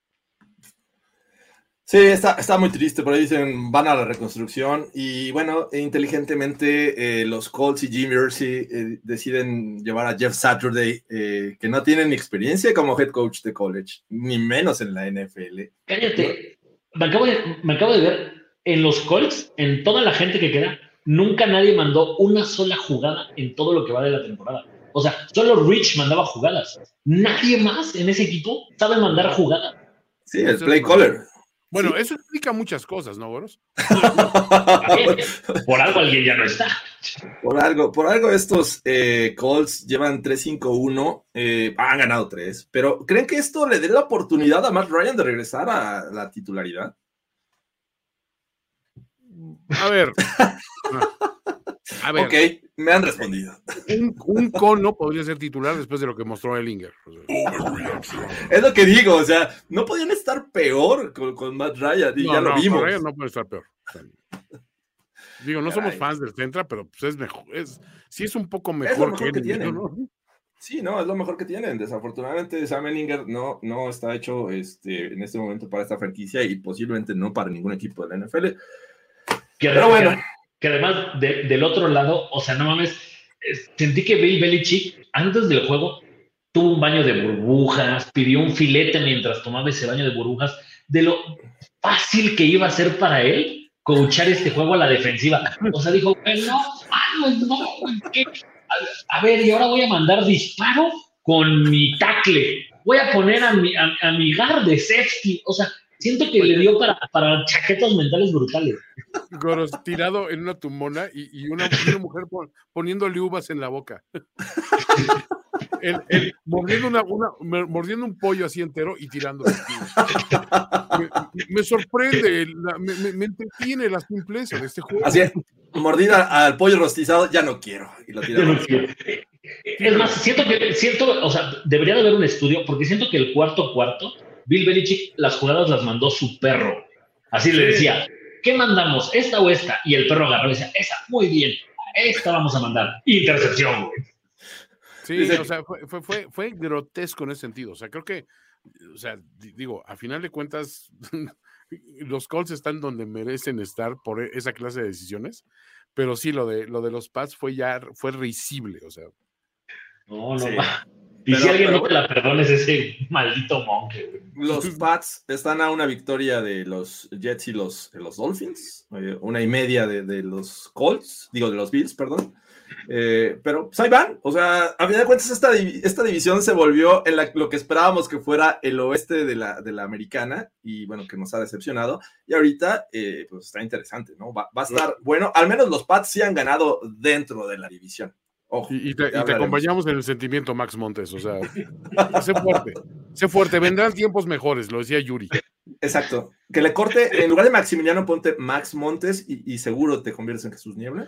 Speaker 4: Sí, está muy triste, por ahí dicen van a la reconstrucción y bueno, inteligentemente los Colts y Jim Irsay deciden llevar a Jeff Saturday, que no tiene ni experiencia como head coach de college, ni menos en la NFL.
Speaker 6: Cállate, me acabo de ver, en los Colts, en toda la gente que queda, nunca nadie mandó una sola jugada en todo lo que va de la temporada. O sea, solo Rich mandaba jugadas. Nadie más en ese equipo sabe mandar jugadas.
Speaker 4: Sí, el play caller.
Speaker 5: Bueno,
Speaker 4: sí.
Speaker 5: Eso explica muchas cosas, ¿no, Boros?
Speaker 6: Por algo alguien ya no está.
Speaker 4: Por algo estos Colts llevan 3-5-1, han ganado 3, pero ¿creen que esto le dé la oportunidad a Matt Ryan de regresar a la titularidad?
Speaker 5: A ver.
Speaker 4: Ok, me han respondido.
Speaker 5: Un cono podría ser titular después de lo que mostró Ehlinger.
Speaker 4: Es lo que digo, o sea, no podían estar peor con Matt Ryan, y ya lo vimos.
Speaker 5: Ryan no puede estar peor. Digo, no somos fans del Centra, pero pues es mejor. Sí es un poco mejor
Speaker 4: que
Speaker 5: tienen, ¿no?
Speaker 4: Sí, no, es lo mejor que tienen. Desafortunadamente, Sam Ehlinger no está hecho en este momento para esta franquicia y posiblemente no para ningún equipo de la NFL. Pero bueno.
Speaker 6: Que además, del otro lado, o sea, no mames, sentí que Bill Belichick, antes del juego, tuvo un baño de burbujas, pidió un filete mientras tomaba ese baño de burbujas, de lo fácil que iba a ser para él coachar este juego a la defensiva. O sea, dijo, a ver, y ahora voy a mandar disparo con mi tackle. Voy a poner a mi guard de safety. O sea, siento que le dio para chaquetas mentales brutales.
Speaker 5: Goros, tirado en una tumbona y una mujer poniéndole uvas en la boca. Mordiendo un pollo así entero y tirando. Me sorprende, me entretiene la simpleza de este juego.
Speaker 4: Así es, mordida al pollo rostizado, ya no quiero. Y lo tira.
Speaker 6: Es más, siento, o sea, debería de haber un estudio, porque siento que el cuarto, Bill Belichick, las jugadas las mandó su perro. Así le decía, ¿qué mandamos? ¿Esta o esta? Y el perro agarró y decía, esa, muy bien, esta vamos a mandar. Intercepción, güey.
Speaker 5: Sí, o sea, fue grotesco en ese sentido. O sea, creo que, o sea, digo, a final de cuentas, los Colts están donde merecen estar por esa clase de decisiones, pero sí, lo de los Pats fue risible, o sea.
Speaker 6: No. Sí. Y si alguien no te la perdones, ese maldito monje, güey.
Speaker 4: Los Pats están a una victoria de los Jets y los Dolphins, 1.5 de los Colts, de los Bills, perdón. Pero pues ahí van, o sea, a final de cuentas esta división se volvió en lo que esperábamos que fuera el oeste de la americana, y bueno, que nos ha decepcionado, y ahorita pues está interesante, ¿no? Va a estar bueno, al menos los Pats sí han ganado dentro de la división. Ojo,
Speaker 5: y te acompañamos en el sentimiento, Max Montes, o sea, hace fuerte. Sé fuerte, vendrán tiempos mejores, lo decía Yuri.
Speaker 4: Exacto. Que le corte, en lugar de Maximiliano, ponte Max Montes y seguro te conviertes en Jesús Niebla.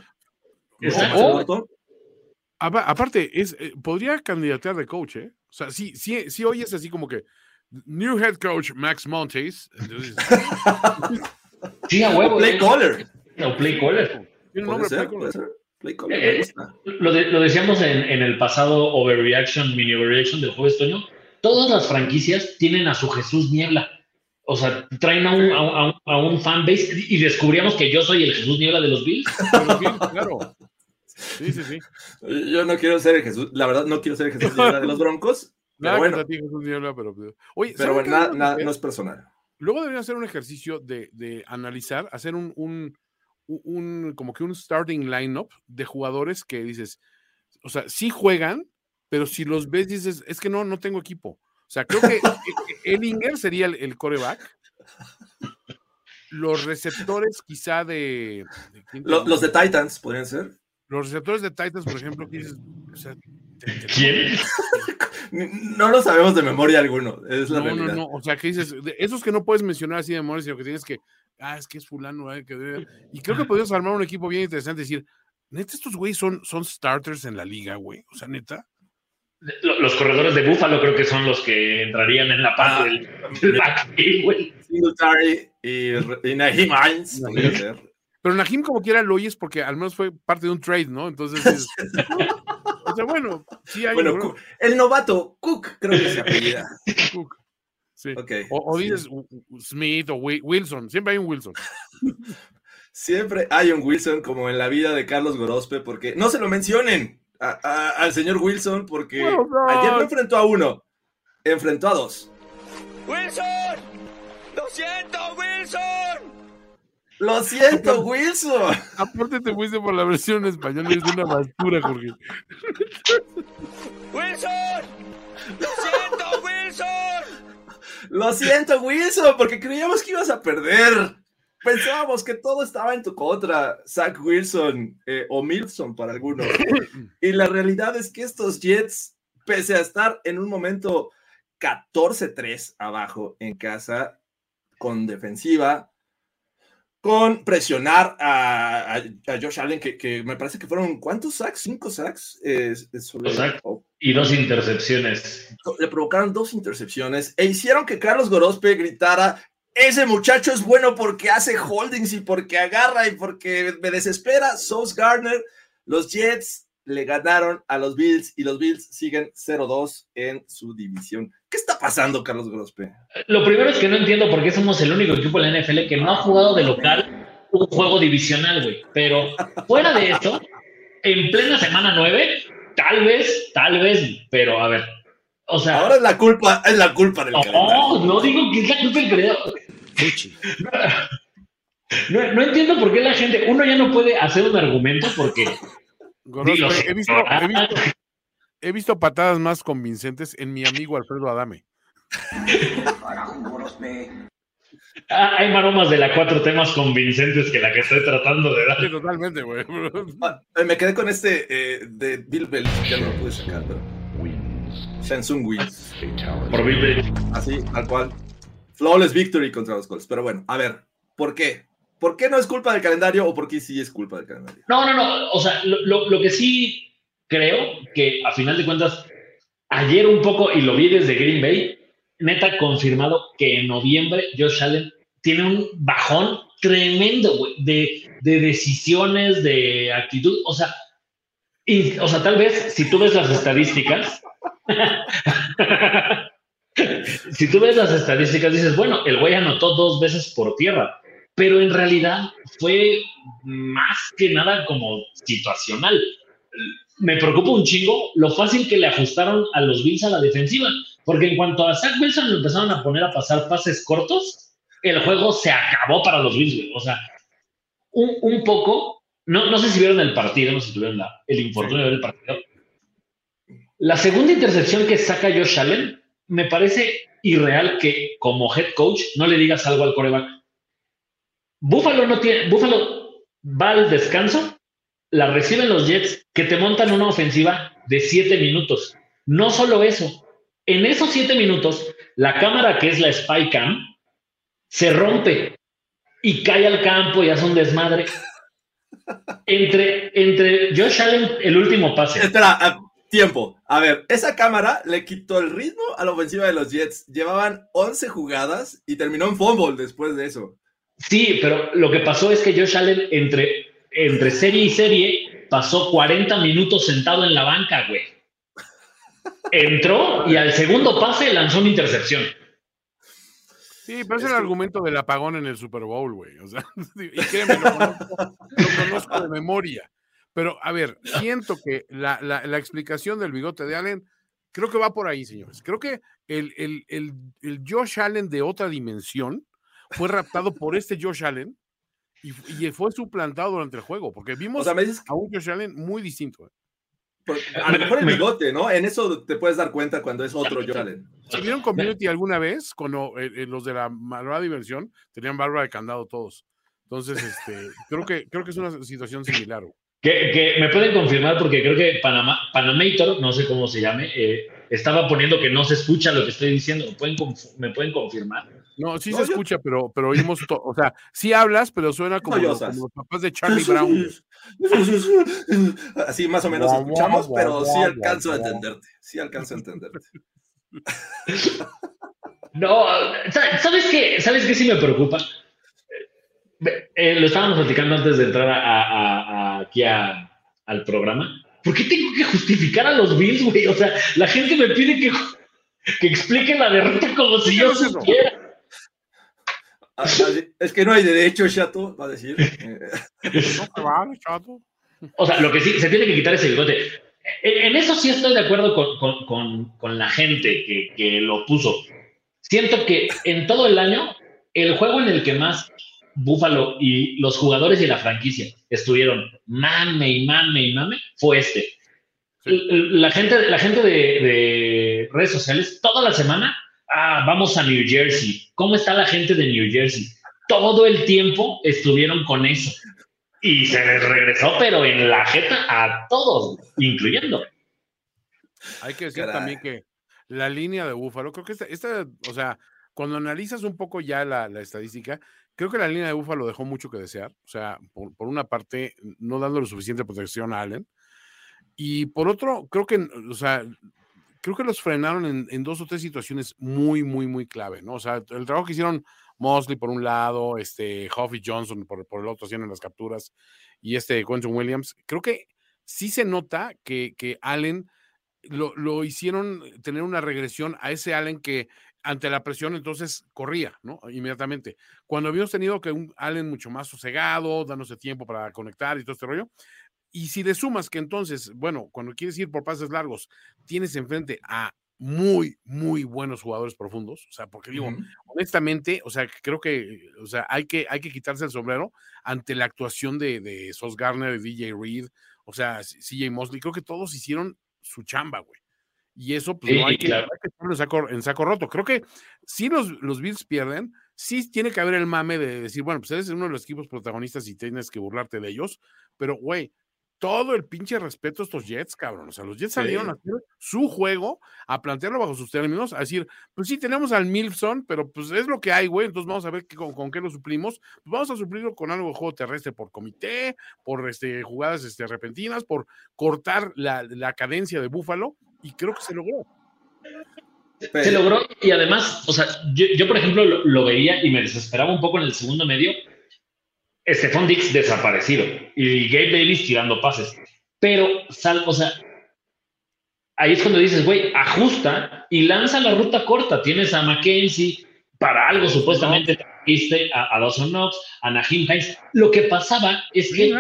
Speaker 5: Aparte, podría candidatear de coach, ¿eh? O sea, sí hoy es así como que new head coach Max Montes. Entonces,
Speaker 6: sí, a huevo.
Speaker 4: Play caller.
Speaker 6: O play caller.
Speaker 5: Tiene un nombre,
Speaker 4: Puede ser. Play caller, me gusta.
Speaker 6: Lo decíamos en el pasado mini overreaction del jueves, Toño. Todas las franquicias tienen a su Jesús Niebla. O sea, traen a un fanbase y descubríamos que yo soy el Jesús Niebla de los Bills.
Speaker 5: Claro. Sí.
Speaker 4: Yo no quiero ser el Jesús, la verdad no quiero ser el Jesús Niebla de los Broncos.
Speaker 5: Nada
Speaker 4: bueno.
Speaker 5: contra ti, Jesús Niebla, oye,
Speaker 4: pero bueno, no es personal.
Speaker 5: Luego deberían hacer un ejercicio de analizar, hacer como que un starting lineup de jugadores que dices, o sea, sí juegan, pero si los ves dices, es que no tengo equipo. O sea, creo que Ehlinger sería el quarterback. Los receptores quizá
Speaker 4: los de Titans podrían ser.
Speaker 5: Los receptores de Titans, por ejemplo, ¿qué dices? O sea,
Speaker 6: ¿quién?
Speaker 4: No lo sabemos de memoria alguno. Es la realidad.
Speaker 5: No. O sea, ¿qué dices? Esos que no puedes mencionar así de memoria, sino que tienes que, es que es fulano. Y creo que podrías armar un equipo bien interesante y decir, neta, estos güeyes son starters en la liga, güey. O sea, neta.
Speaker 6: Los corredores de Buffalo creo que son los que entrarían en la parte del backfield, güey.
Speaker 4: Singletary y Naheem Hines. Podría ser.
Speaker 5: Pero Naheem como quiera lo oyes porque al menos fue parte de un trade, ¿no? Entonces, o sea, bueno, sí hay...
Speaker 4: Bueno, el novato, Cook, creo que se apellida.
Speaker 5: Cook, sí.
Speaker 4: Okay.
Speaker 5: O dices Smith o Wilson, siempre hay un Wilson.
Speaker 4: Siempre hay un Wilson, como en la vida de Carlos Gorospe, porque no se lo mencionen al señor Wilson, porque ayer no enfrentó a uno, enfrentó a dos.
Speaker 7: ¡Wilson! ¡Lo siento, Wilson!
Speaker 4: ¡Lo siento, Wilson!
Speaker 5: Aparte te fuiste por la versión en español y es una basura, Jorge.
Speaker 7: ¡Wilson! ¡Lo siento, Wilson!
Speaker 4: ¡Lo siento, Wilson! Porque creíamos que ibas a perder. Pensábamos que todo estaba en tu contra, Zach Wilson, o Milson para algunos. Y la realidad es que estos Jets, pese a estar en un momento 14-3 abajo en casa, con defensiva, con presionar a Josh Allen, que me parece que fueron, ¿cuántos sacks? 5 sacks.
Speaker 6: Y 2 intercepciones.
Speaker 4: Le provocaron 2 intercepciones e hicieron que Carlos Gorospe gritara, ese muchacho es bueno porque hace holdings y porque agarra y porque me desespera. Sauce Gardner, los Jets le ganaron a los Bills y los Bills siguen 0-2 en su división. ¿Qué está pasando, Carlos Gorospe?
Speaker 6: Lo primero es que no entiendo por qué somos el único equipo de la NFL que no ha jugado de local un juego divisional, güey. Pero fuera de eso, en plena semana 9, tal vez, pero a ver, o sea...
Speaker 4: Ahora es la culpa del calendario.
Speaker 6: No digo que es la culpa del calendario. No entiendo por qué la gente, uno ya no puede hacer un argumento porque...
Speaker 5: Gorospe, he visto patadas más convincentes en mi amigo Alfredo Adame.
Speaker 6: Hay maromas de la 4T más convincentes que la que estoy tratando de dar.
Speaker 5: Sí, totalmente, güey.
Speaker 4: Me quedé con de Bill Belichick, ya no lo pude sacar, pero... Samsung wins.
Speaker 6: Por Bill Belichick.
Speaker 4: Así, tal cual. Flawless victory contra los Colts. Pero bueno, a ver, ¿por qué? ¿Por qué no es culpa del calendario o por qué sí es culpa del calendario?
Speaker 6: No. O sea, lo que sí creo que a final de cuentas, ayer un poco, y lo vi desde Green Bay, neta confirmado que en noviembre Josh Allen tiene un bajón tremendo, güey, de decisiones, de actitud. O sea, tal vez si tú ves las estadísticas, dices, bueno, el güey anotó 2 veces por tierra, pero en realidad fue más que nada como situacional. Me preocupa un chingo lo fácil que le ajustaron a los Bills a la defensiva, porque en cuanto a Zach Wilson lo empezaron a poner a pasar pases cortos, el juego se acabó para los Bills, güey. O sea, un poco, no sé si vieron el partido, no sé si tuvieron el infortunio de ver el partido. La segunda intercepción que saca Josh Allen, me parece irreal que como head coach no le digas algo al quarterback. Buffalo va al descanso, la reciben los Jets, que te montan una ofensiva de 7 minutos. No solo eso, En esos 7 minutos, la cámara que es la Spy Cam se rompe y cae al campo y hace un desmadre. Entre Josh Allen, el último pase.
Speaker 4: Espera, tiempo. A ver, esa cámara le quitó el ritmo a la ofensiva de los Jets. Llevaban 11 jugadas y terminó en fumble después de eso.
Speaker 6: Sí, pero lo que pasó es que Josh Allen entre serie y serie pasó 40 minutos sentado en la banca, güey. Entró y al segundo pase lanzó una intercepción.
Speaker 5: Sí, pero es el argumento del apagón en el Super Bowl, güey. O sea, y créeme, lo conozco de memoria. Pero, a ver, siento que la explicación del bigote de Allen, creo que va por ahí, señores. Creo que el Josh Allen de otra dimensión fue raptado por este Josh Allen y fue suplantado durante el juego, porque vimos a un Josh Allen muy distinto.
Speaker 4: A lo mejor el bigote, ¿no? En eso te puedes dar cuenta cuando es otro Josh Allen.
Speaker 5: ¿Se vieron Community alguna vez? Cuando los de la malvada diversión tenían barba de candado todos. Entonces, creo que es una situación similar.
Speaker 6: Que me pueden confirmar, porque creo que Panamator, no sé cómo se llame, estaba poniendo que no se escucha lo que estoy diciendo. ¿Me pueden confirmar?
Speaker 5: No, sí se escucha, pero oímos todo. O sea, sí hablas, pero suena como los papás de Charlie Brown.
Speaker 4: Así más o menos escuchamos, pero sí alcanzo a entenderte. Sí alcanzo a entenderte.
Speaker 6: No, ¿sabes qué? ¿Sabes qué sí me preocupa? Lo estábamos platicando antes de entrar aquí al programa. ¿Por qué tengo que justificar a los Bills, güey? O sea, la gente me pide que explique la derrota como si yo supiera.
Speaker 4: Es que no hay derecho, chato, va a decir.
Speaker 5: No te vale, chato.
Speaker 6: O sea, lo que sí, se tiene que quitar ese bigote. En eso sí estoy de acuerdo con la gente que lo puso. Siento que en todo el año, el juego en el que más Buffalo y los jugadores y la franquicia estuvieron mame fue este. Sí. La gente de redes sociales, toda la semana, vamos a New Jersey. ¿Cómo está la gente de New Jersey? Todo el tiempo estuvieron con eso. Y se les regresó, pero en la jeta a todos, incluyendo.
Speaker 5: Hay que decir también que la línea de Buffalo, creo que o sea, cuando analizas un poco ya la estadística, creo que la línea de Buffalo dejó mucho que desear. O sea, por una parte, no dando lo suficiente protección a Allen. Y por otro, creo que los frenaron en 2 o 3 situaciones muy, muy, muy clave, ¿no? O sea, el trabajo que hicieron Mosley por un lado, Huff y Johnson por el otro haciendo las capturas, y Quentin Williams, creo que sí se nota que Allen lo hicieron tener una regresión a ese Allen que ante la presión entonces corría, ¿no? Inmediatamente. Cuando habíamos tenido que un Allen mucho más sosegado, dándose tiempo para conectar y todo este rollo, y si le sumas que entonces, bueno, cuando quieres ir por pases largos, tienes enfrente a muy, muy buenos jugadores profundos, o sea, porque digo, honestamente, o sea, creo que, o sea, hay que quitarse el sombrero ante la actuación de Sauce Gardner, de DJ Reed, o sea, CJ Mosley, creo que todos hicieron su chamba, güey. Y eso, pues, sí, no hay que ponerlo en saco roto. Creo que si los Bills pierden, sí tiene que haber el mame de decir, bueno, pues eres uno de los equipos protagonistas y tienes que burlarte de ellos, pero, güey, todo el pinche respeto a estos Jets, cabrón. O sea, los Jets salieron a hacer su juego, a plantearlo bajo sus términos, a decir, pues sí, tenemos al Milson, pero pues es lo que hay, güey, entonces vamos a ver con qué lo suplimos. Pues vamos a suplirlo con algo de juego terrestre por comité, por jugadas repentinas, por cortar la cadencia de Buffalo, y creo que se logró.
Speaker 6: Se logró, y además, o sea, yo por ejemplo, lo veía y me desesperaba un poco en el segundo medio. Stephon Diggs desaparecido y Gabe Davis tirando pases, pero o sea, ahí es cuando dices, güey, ajusta y lanza la ruta corta. Tienes a McKenzie para algo, supuestamente trajiste a Dawson Knox, a Naheem Hines. Lo que pasaba es que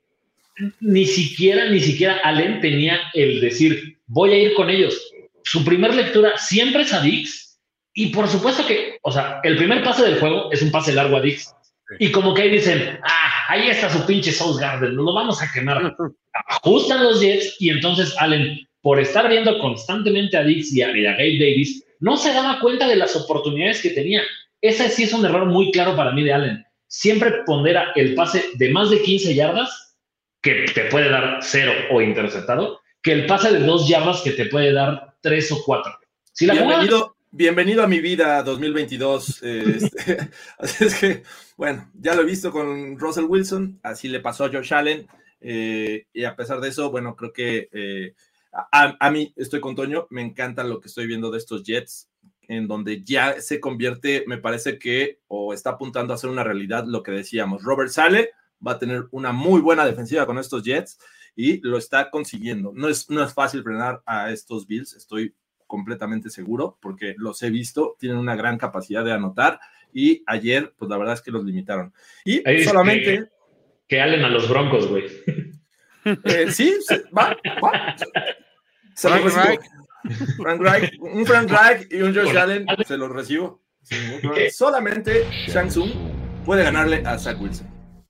Speaker 6: ni siquiera Allen tenía el decir, voy a ir con ellos. Su primer lectura siempre es a Diggs, y por supuesto que, o sea, el primer pase del juego es un pase largo a Diggs. Y como que ahí dicen, ahí está su pinche Sauce Gardner, nos lo vamos a quemar. Ajustan los Jets, y entonces Allen, por estar viendo constantemente a Diggs y a Gabe Davis, no se daba cuenta de las oportunidades que tenía. Ese sí es un error muy claro para mí de Allen. Siempre pondera el pase de más de 15 yardas, que te puede dar 0 o interceptado, que el pase de 2 yardas que te puede dar 3 o 4. Si la
Speaker 4: Bienvenido a mi vida 2022. Así es que, bueno, ya lo he visto con Russell Wilson, así le pasó a Josh Allen, y a pesar de eso, bueno, creo que a mí, estoy con Toño, me encanta lo que estoy viendo de estos Jets, en donde ya se convierte, me parece que, o está apuntando a ser una realidad lo que decíamos. Robert Saleh va a tener una muy buena defensiva con estos Jets y lo está consiguiendo. No es fácil frenar a estos Bills, estoy completamente seguro, porque los he visto, tienen una gran capacidad de anotar, y ayer, pues la verdad es que los limitaron. Y solamente...
Speaker 6: Que Allen a los Broncos, güey.
Speaker 4: Sí, va. Frank Reich, un Frank Reich y un Josh Allen, se los recibo. Solamente Shang Tsung puede ganarle a Zach Wilson.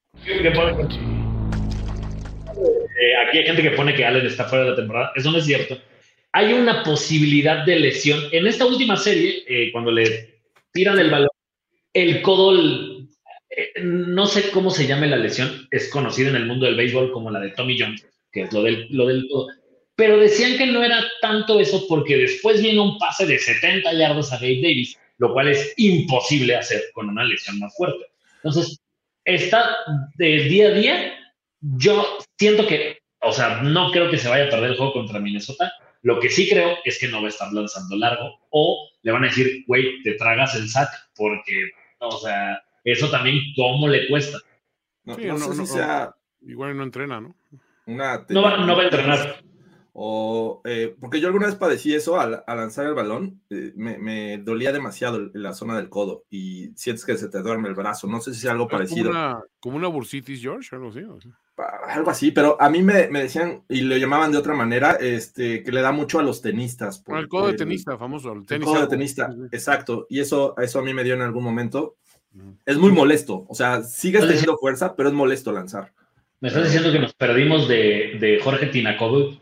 Speaker 6: Aquí hay gente que pone que Allen está fuera de la temporada. Eso no es cierto. Hay una posibilidad de lesión. En esta última serie, cuando le tiran el balón, el codo, no sé cómo se llame la lesión, es conocida en el mundo del béisbol como la de Tommy John, que es lo del codo. Pero decían que no era tanto eso, porque después viene un pase de 70 yardas a Gabe Davis, lo cual es imposible hacer con una lesión más fuerte. Entonces, está de día a día. Yo siento que, o sea, no creo que se vaya a perder el juego contra Minnesota. Lo que sí creo es que no va a estar lanzando largo, o le van a decir, güey, te tragas el sack, porque, o sea, eso también, ¿cómo le cuesta?
Speaker 4: No sé si sea...
Speaker 5: Igual no entrena, ¿no?
Speaker 6: No va a entrenar.
Speaker 4: O, porque yo alguna vez padecí eso al lanzar el balón, me dolía demasiado en la zona del codo, y sientes que se te duerme el brazo. No sé si es algo parecido.
Speaker 5: Como una bursitis, George, algo así. ¿O sea?
Speaker 4: Algo así, pero a mí me decían, y lo llamaban de otra manera, que le da mucho a los tenistas.
Speaker 5: El codo de tenista, famoso.
Speaker 4: El codo de tenista, exacto. Y eso a mí me dio en algún momento. Es muy molesto. O sea, sigues teniendo fuerza, pero es molesto lanzar.
Speaker 6: ¿Me estás diciendo que nos perdimos de Jorge Tinakovic?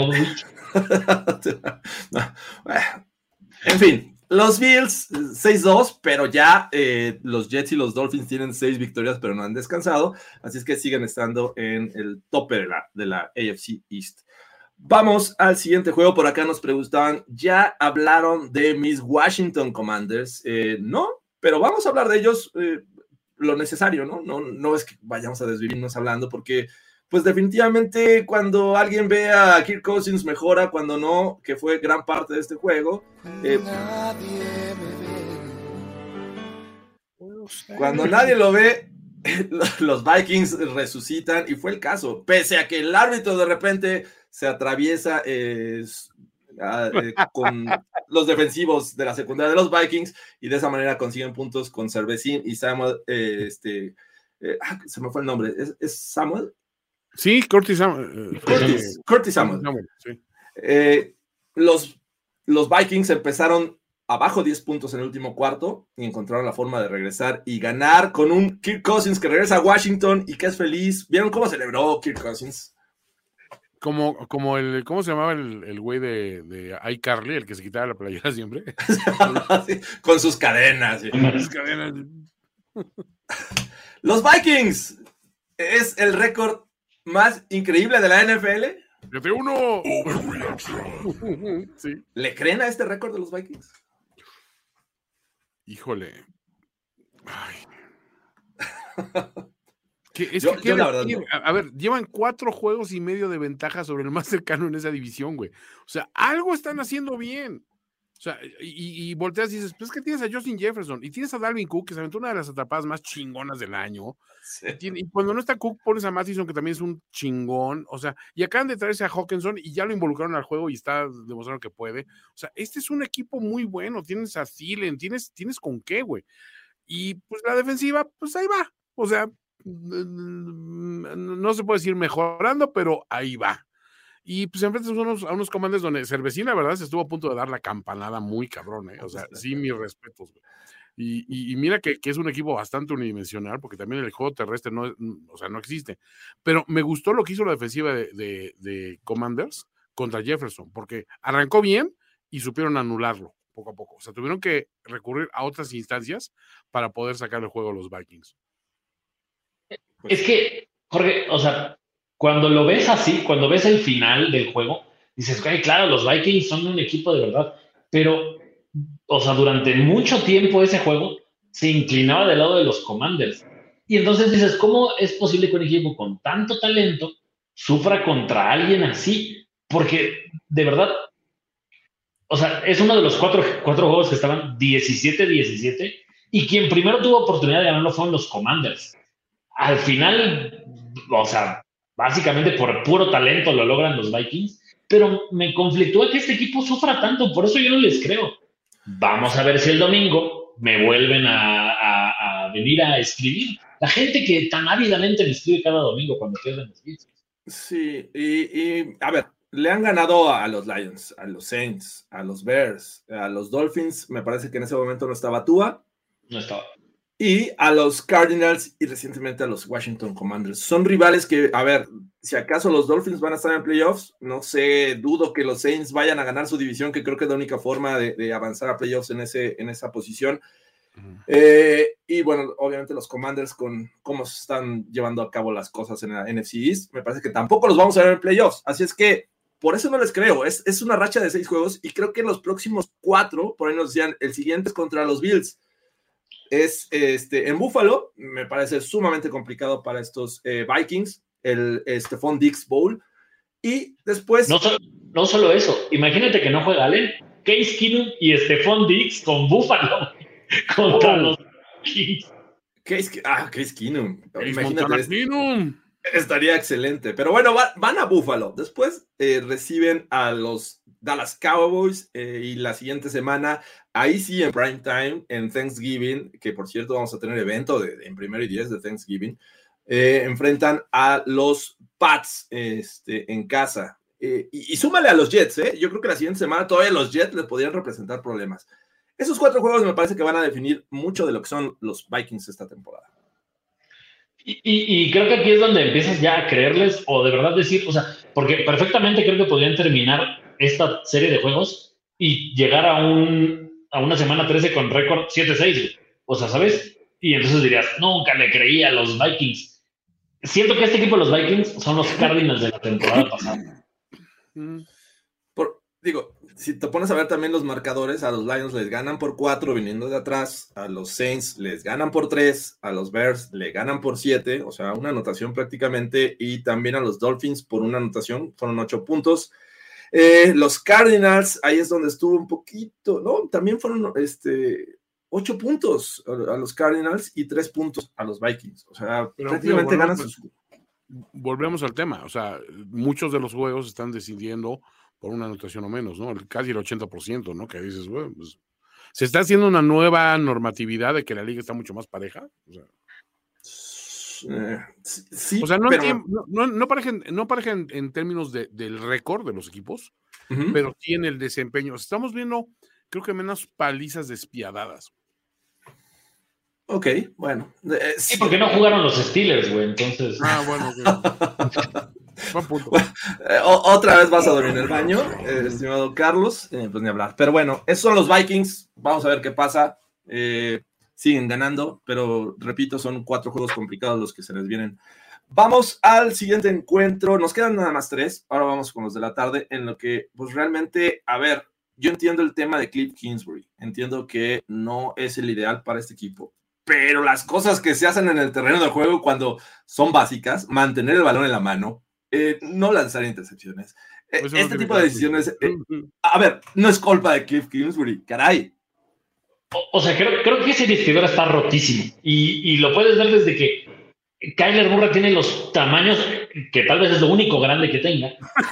Speaker 4: En fin, los Bills 6-2, pero ya los Jets y los Dolphins tienen 6 victorias, pero no han descansado, así es que siguen estando en el tope de la AFC East. Vamos al siguiente juego. Por acá nos preguntaban, ¿ya hablaron de mis Washington Commanders? No, pero vamos a hablar de ellos lo necesario, ¿no? No es que vayamos a desvivirnos hablando, porque pues definitivamente cuando alguien ve a Kirk Cousins mejora, cuando no, que fue gran parte de este juego. Cuando nadie lo ve, los Vikings resucitan, y fue el caso, pese a que el árbitro de repente se atraviesa con los defensivos de la secundaria de los Vikings, y de esa manera consiguen puntos con Cervecín y Samuel. Se me fue el nombre, ¿es Samuel?
Speaker 5: Sí, Curtis Samuel.
Speaker 4: Curtis Samuel.
Speaker 5: Sí.
Speaker 4: Los Vikings empezaron abajo 10 puntos en el último cuarto y encontraron la forma de regresar y ganar con un Kirk Cousins que regresa a Washington y que es feliz. ¿Vieron cómo celebró Kirk Cousins?
Speaker 5: Como el, ¿cómo se llamaba el güey de iCarly, el que se quitaba la playera siempre?
Speaker 4: Sí, con sus cadenas. Sí.
Speaker 5: Con sus cadenas.
Speaker 4: Los Vikings es el récord más increíble de la NFL.
Speaker 5: ¡Fíjate uno! Sí.
Speaker 4: ¿Le creen a este récord de los Vikings?
Speaker 5: Híjole. Ay.
Speaker 4: Yo la verdad no.
Speaker 5: A ver, llevan 4 juegos y medio de ventaja sobre el más cercano en esa división, güey. O sea, algo están haciendo bien. O sea, y volteas y dices, pues es que tienes a Justin Jefferson y tienes a Dalvin Cook, que se aventó una de las atrapadas más chingonas del año. Sí. Y cuando no está Cook, pones a Mattison, que también es un chingón. O sea, y acaban de traerse a Hawkinson y ya lo involucraron al juego y está demostrando que puede. O sea, este es un equipo muy bueno. Tienes a Thielen, tienes con qué, güey. Y pues la defensiva, pues ahí va. O sea, no se puede decir mejorando, pero ahí va. Y pues enfrentas a unos Commanders donde Cervecín, la verdad, se estuvo a punto de dar la campanada muy cabrón, ¿eh? O sea, sí, mis respetos, güey. Y mira que es un equipo bastante unidimensional, porque también el juego terrestre no existe. Pero me gustó lo que hizo la defensiva de Commanders contra Jefferson, porque arrancó bien y supieron anularlo poco a poco. O sea, tuvieron que recurrir a otras instancias para poder sacar el juego a los Vikings.
Speaker 6: Es que, Jorge, o sea, cuando lo ves así, cuando ves el final del juego, dices, claro, los Vikings son un equipo de verdad, pero, o sea, durante mucho tiempo ese juego se inclinaba del lado de los Commanders. Y entonces dices, ¿cómo es posible que un equipo con tanto talento sufra contra alguien así? Porque, de verdad, o sea, es uno de los cuatro juegos que estaban 17-17 y quien primero tuvo oportunidad de ganarlo fueron los Commanders. Al final, o sea, básicamente por puro talento lo logran los Vikings, pero me conflictúa que este equipo sufra tanto, por eso yo no les creo. Vamos a ver si el domingo me vuelven a venir a escribir. La gente que tan ávidamente me escribe cada domingo cuando pierden los Bills.
Speaker 4: Sí, y a ver, le han ganado a los Lions, a los Saints, a los Bears, a los Dolphins, me parece que en ese momento no estaba Tua.
Speaker 6: No estaba.
Speaker 4: Y a los Cardinals y recientemente a los Washington Commanders. Son rivales que, a ver, si acaso los Dolphins van a estar en playoffs, no sé, dudo que los Saints vayan a ganar su división, que creo que es la única forma de avanzar a playoffs en esa posición. Y bueno, obviamente los Commanders con cómo se están llevando a cabo las cosas en la NFC East, me parece que tampoco los vamos a ver en playoffs. Así es que por eso no les creo. Es una racha de 6 juegos y creo que en los próximos 4, por ahí nos decían, el siguiente es contra los Bills. Es en Buffalo, me parece sumamente complicado para estos Vikings, el Stephon Diggs Bowl, y después...
Speaker 6: No solo eso, imagínate que no juega Allen, Case Keenum y Stephon Diggs con Buffalo contra los Vikings.
Speaker 4: Case Keenum. Imagínate,
Speaker 5: Keenum.
Speaker 4: Estaría excelente, pero bueno, van a Buffalo, después reciben a los Dallas Cowboys y la siguiente semana, ahí sí en prime time, en Thanksgiving, que por cierto vamos a tener evento en 1 y 10 de Thanksgiving, enfrentan a los Pats en casa, y súmale a los Jets, yo creo que la siguiente semana todavía los Jets les podrían representar problemas. Esos 4 juegos me parece que van a definir mucho de lo que son los Vikings esta temporada.
Speaker 6: Y creo que aquí es donde empiezas ya a creerles o de verdad decir, o sea, porque perfectamente creo que podrían terminar esta serie de juegos y llegar a una semana 13 con récord 7-6, o sea, ¿sabes? Y entonces dirías, nunca le creí a los Vikings. Siento que este equipo de los Vikings son los Cardinals de la temporada pasada.
Speaker 4: Si te pones a ver también los marcadores, a los Lions les ganan por 4 viniendo de atrás, a los Saints les ganan por 3, a los Bears le ganan por 7, o sea, una anotación prácticamente, y también a los Dolphins por una anotación, fueron 8 puntos. Los Cardinals, ahí es donde estuvo un poquito, ¿no? También fueron 8 puntos a los Cardinals y 3 puntos a los Vikings, o sea, pero prácticamente ganan sus...
Speaker 5: Volvemos al tema, o sea, muchos de los juegos están decidiendo por una anotación o menos, ¿no? Casi el 80%, ¿no? Que dices, bueno, pues, ¿se está haciendo una nueva normatividad de que la liga está mucho más pareja? O sea,
Speaker 4: sí,
Speaker 5: o sea no,
Speaker 4: pero...
Speaker 5: no pareja en términos del récord de los equipos, pero sí en el desempeño. Estamos viendo, creo que menos palizas despiadadas.
Speaker 4: Ok, bueno.
Speaker 6: Sí, porque no jugaron los Steelers, güey, entonces...
Speaker 5: Bueno, buen punto.
Speaker 4: Otra vez vas a dormir en el baño, estimado Carlos, pues ni hablar. Pero bueno, esos son los Vikings, vamos a ver qué pasa. Siguen ganando, pero repito, son 4 juegos complicados los que se les vienen. Vamos al siguiente encuentro, nos quedan nada más 3, ahora vamos con los de la tarde, en lo que, pues realmente, a ver, yo entiendo el tema de Cliff Kingsbury, entiendo que no es el ideal para este equipo, pero las cosas que se hacen en el terreno de juego cuando son básicas, mantener el balón en la mano, no lanzar intercepciones, este tipo de decisiones, a ver, no es culpa de Cliff Kingsbury, caray.
Speaker 6: O sea, creo que ese vestidor está rotísimo y lo puedes ver desde que Kyler Murray tiene los tamaños, que tal vez es lo único grande que tenga,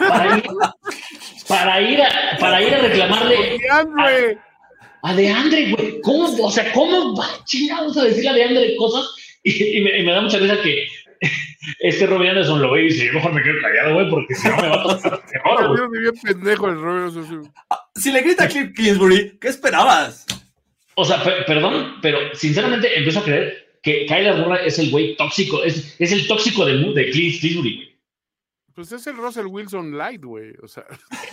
Speaker 6: para ir a reclamarle a DeAndre, güey. ¿Cómo? O sea, ¿cómo va chingados a decirle a DeAndre cosas? Y me da mucha risa que Robbie Anderson lo ve y dice, mejor me quedo callado, güey, porque si no me va a pasar peor, güey.
Speaker 5: Bien pendejo el Robbie.
Speaker 4: Si le grita a Cliff Kingsbury, ¿qué esperabas?
Speaker 6: O sea, perdón, pero sinceramente empiezo a creer que Kyler Murray es el güey tóxico, es el tóxico de Cliff Kingsbury.
Speaker 5: Pues es el Russell Wilson light, güey, o sea.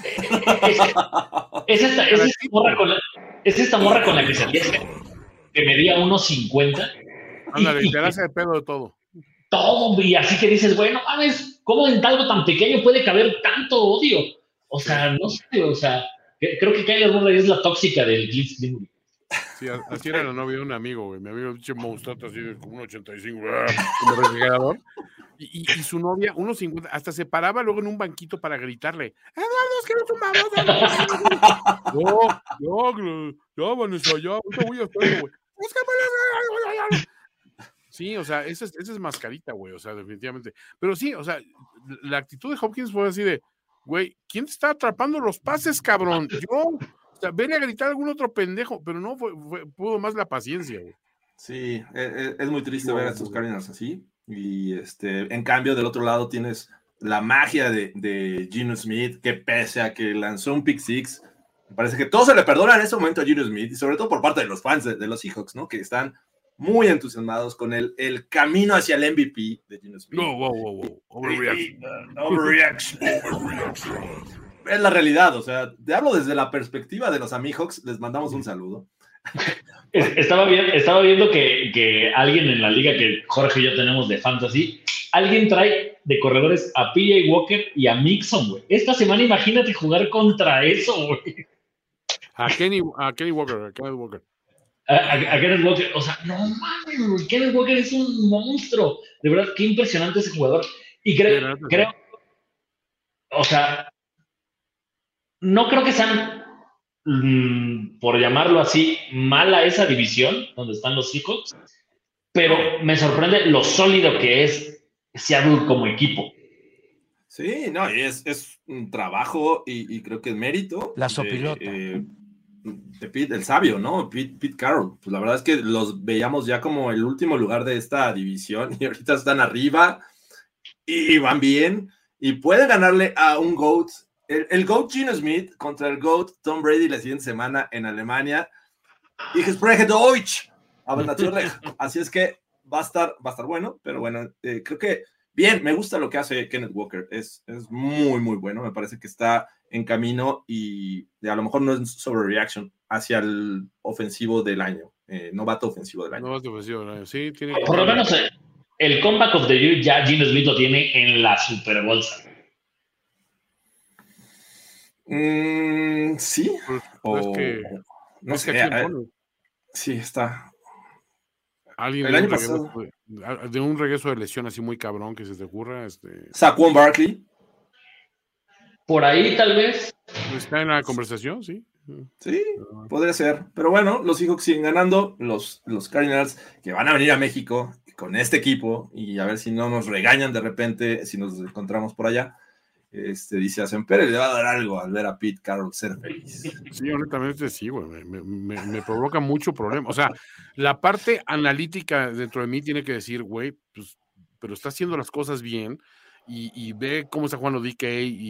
Speaker 6: Es esta morra con la que salía, que medía 1.50.
Speaker 5: Ándale, te hace de pedo de todo.
Speaker 6: Todo, y así que dices, bueno, mames, ¿cómo en algo tan pequeño puede caber tanto odio? O sea, no sé, o sea, Creo que Kyler Murray es la tóxica del Cliff Greenwood.
Speaker 5: Sí, así era la novia de un amigo, güey. Mi amigo pinche monstruote así de como un 85, como refrigerador. Y su novia, 1.50, hasta se paraba luego en un banquito para gritarle: ¡Eduardo, es que no fumamos! No, Vanessa, ya, ahorita voy a hacerlo, güey. Sí, o sea, esa es mascarita, güey, o sea, definitivamente. Pero sí, o sea, la actitud de Hopkins fue así de: güey, ¿quién te está atrapando los pases, cabrón? Yo, o sea, ven a gritar a algún otro pendejo, pero no, pudo más la paciencia, güey.
Speaker 4: Sí, es muy triste ver a estos Cardinals así. Y en cambio, del otro lado tienes la magia de Geno Smith, que pese a que lanzó un pick six, me parece que todo se le perdona en ese momento a Geno Smith, y sobre todo por parte de los fans de los Seahawks, ¿no? Que están muy entusiasmados con el camino hacia el MVP de Geno Smith.
Speaker 5: No, wow.
Speaker 4: Overreaction. Es la realidad, o sea, te hablo desde la perspectiva de los Amihawks, les mandamos un saludo.
Speaker 6: Estaba viendo que alguien en la liga que Jorge y yo tenemos de fantasy, alguien trae de corredores a PJ Walker y a Mixon, güey. Esta semana imagínate jugar contra eso, güey.
Speaker 5: A Kenny Walker.
Speaker 6: A Kenneth Walker, o sea, no mames, güey. Kenneth Walker es un monstruo. De verdad, qué impresionante ese jugador. Y creo, o sea, no creo que sean, por llamarlo así, mala esa división donde están los Seahawks, pero me sorprende lo sólido que es Seattle como equipo.
Speaker 4: Sí, no, y es un trabajo y creo que es mérito.
Speaker 8: La sopilota.
Speaker 4: De Pete, el sabio, ¿no? Pete Carroll. Pues la verdad es que los veíamos ya como el último lugar de esta división y ahorita están arriba y van bien y pueden ganarle a un GOAT. El GOAT Geno Smith contra el GOAT Tom Brady la siguiente semana en Alemania. Ich spreche Deutsch. Aber natürlich. Así es que va a estar bueno, pero bueno, creo que bien, me gusta lo que hace Kenneth Walker. Es muy, muy bueno. Me parece que está en camino y a lo mejor no es sobrereaction hacia el ofensivo del año. Novato ofensivo del año.
Speaker 5: Sí, tiene.
Speaker 6: Por lo menos el comeback of the year ya Geno Smith lo tiene en la Super Bowl.
Speaker 4: Sí. No sé. Sí, está.
Speaker 5: Alguien
Speaker 4: el año pasado.
Speaker 5: De un regreso de lesión así muy cabrón que se te ocurra.
Speaker 4: Saquon Barkley.
Speaker 6: Por ahí tal vez.
Speaker 5: Está en la conversación, sí.
Speaker 4: Sí, podría ser. Pero bueno, los Seahawks siguen ganando. Los Cardinals que van a venir a México con este equipo y a ver si no nos regañan de repente si nos encontramos por allá. Dice a Semper, le va a dar algo al ver a Pete Carroll ser feliz.
Speaker 5: Sí, honestamente sí, güey. Me provoca mucho problema. O sea, la parte analítica dentro de mí tiene que decir, güey, pues, pero está haciendo las cosas bien y ve cómo está jugando DK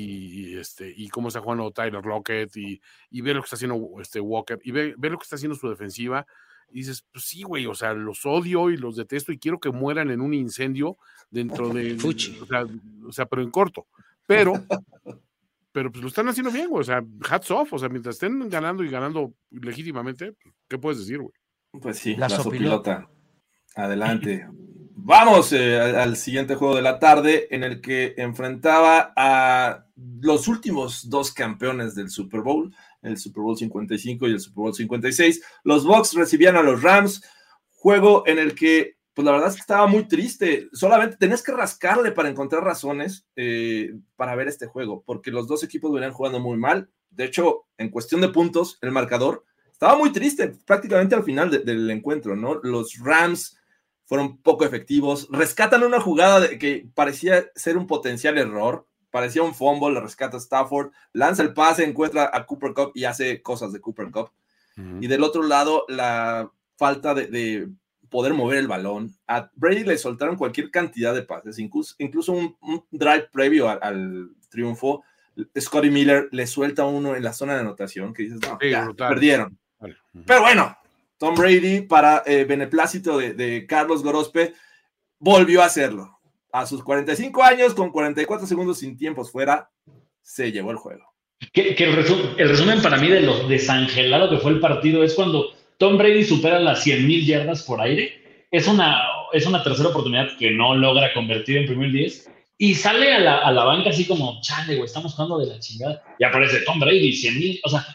Speaker 5: y cómo está jugando Tyler Lockett y ve lo que está haciendo Walker y ve lo que está haciendo su defensiva. Y dices, pues sí, güey, o sea, los odio y los detesto y quiero que mueran en un incendio dentro de... O sea, pero en corto. Pero pues lo están haciendo bien, güey. O sea, hats off. O sea, mientras estén ganando y ganando legítimamente, ¿qué puedes decir, güey?
Speaker 4: Pues sí, la sopilota. Adelante. Vamos al siguiente juego de la tarde, en el que enfrentaba a los últimos dos campeones del Super Bowl, el Super Bowl 55 y el Super Bowl 56. Los Bucs recibían a los Rams, juego en el que pues la verdad es que estaba muy triste. Solamente tenías que rascarle para encontrar razones para ver este juego, porque los dos equipos venían jugando muy mal. De hecho, en cuestión de puntos, el marcador estaba muy triste prácticamente al final del encuentro, ¿no? Los Rams fueron poco efectivos. Rescatan una jugada que parecía ser un potencial error. Parecía un fumble, la rescata Stafford, lanza el pase, encuentra a Cooper Kupp y hace cosas de Cooper Kupp. Y del otro lado, la falta de poder mover el balón. A Brady le soltaron cualquier cantidad de pases, incluso un drive previo al triunfo. Scotty Miller le suelta uno en la zona de anotación que dices, no, sí, ya, perdieron. Vale. Pero bueno, Tom Brady, para beneplácito de Carlos Gorospe, volvió a hacerlo. A sus 45 años, con 44 segundos sin tiempos fuera, se llevó el juego.
Speaker 6: Que el resumen para mí de lo desangelado que fue el partido es cuando Tom Brady supera las 100,000 yardas por aire. Es una tercera oportunidad que no logra convertir en primer 10 y sale a la banca así como, chale, güey, estamos jugando de la chingada. Y aparece Tom Brady, 100,000. O sea,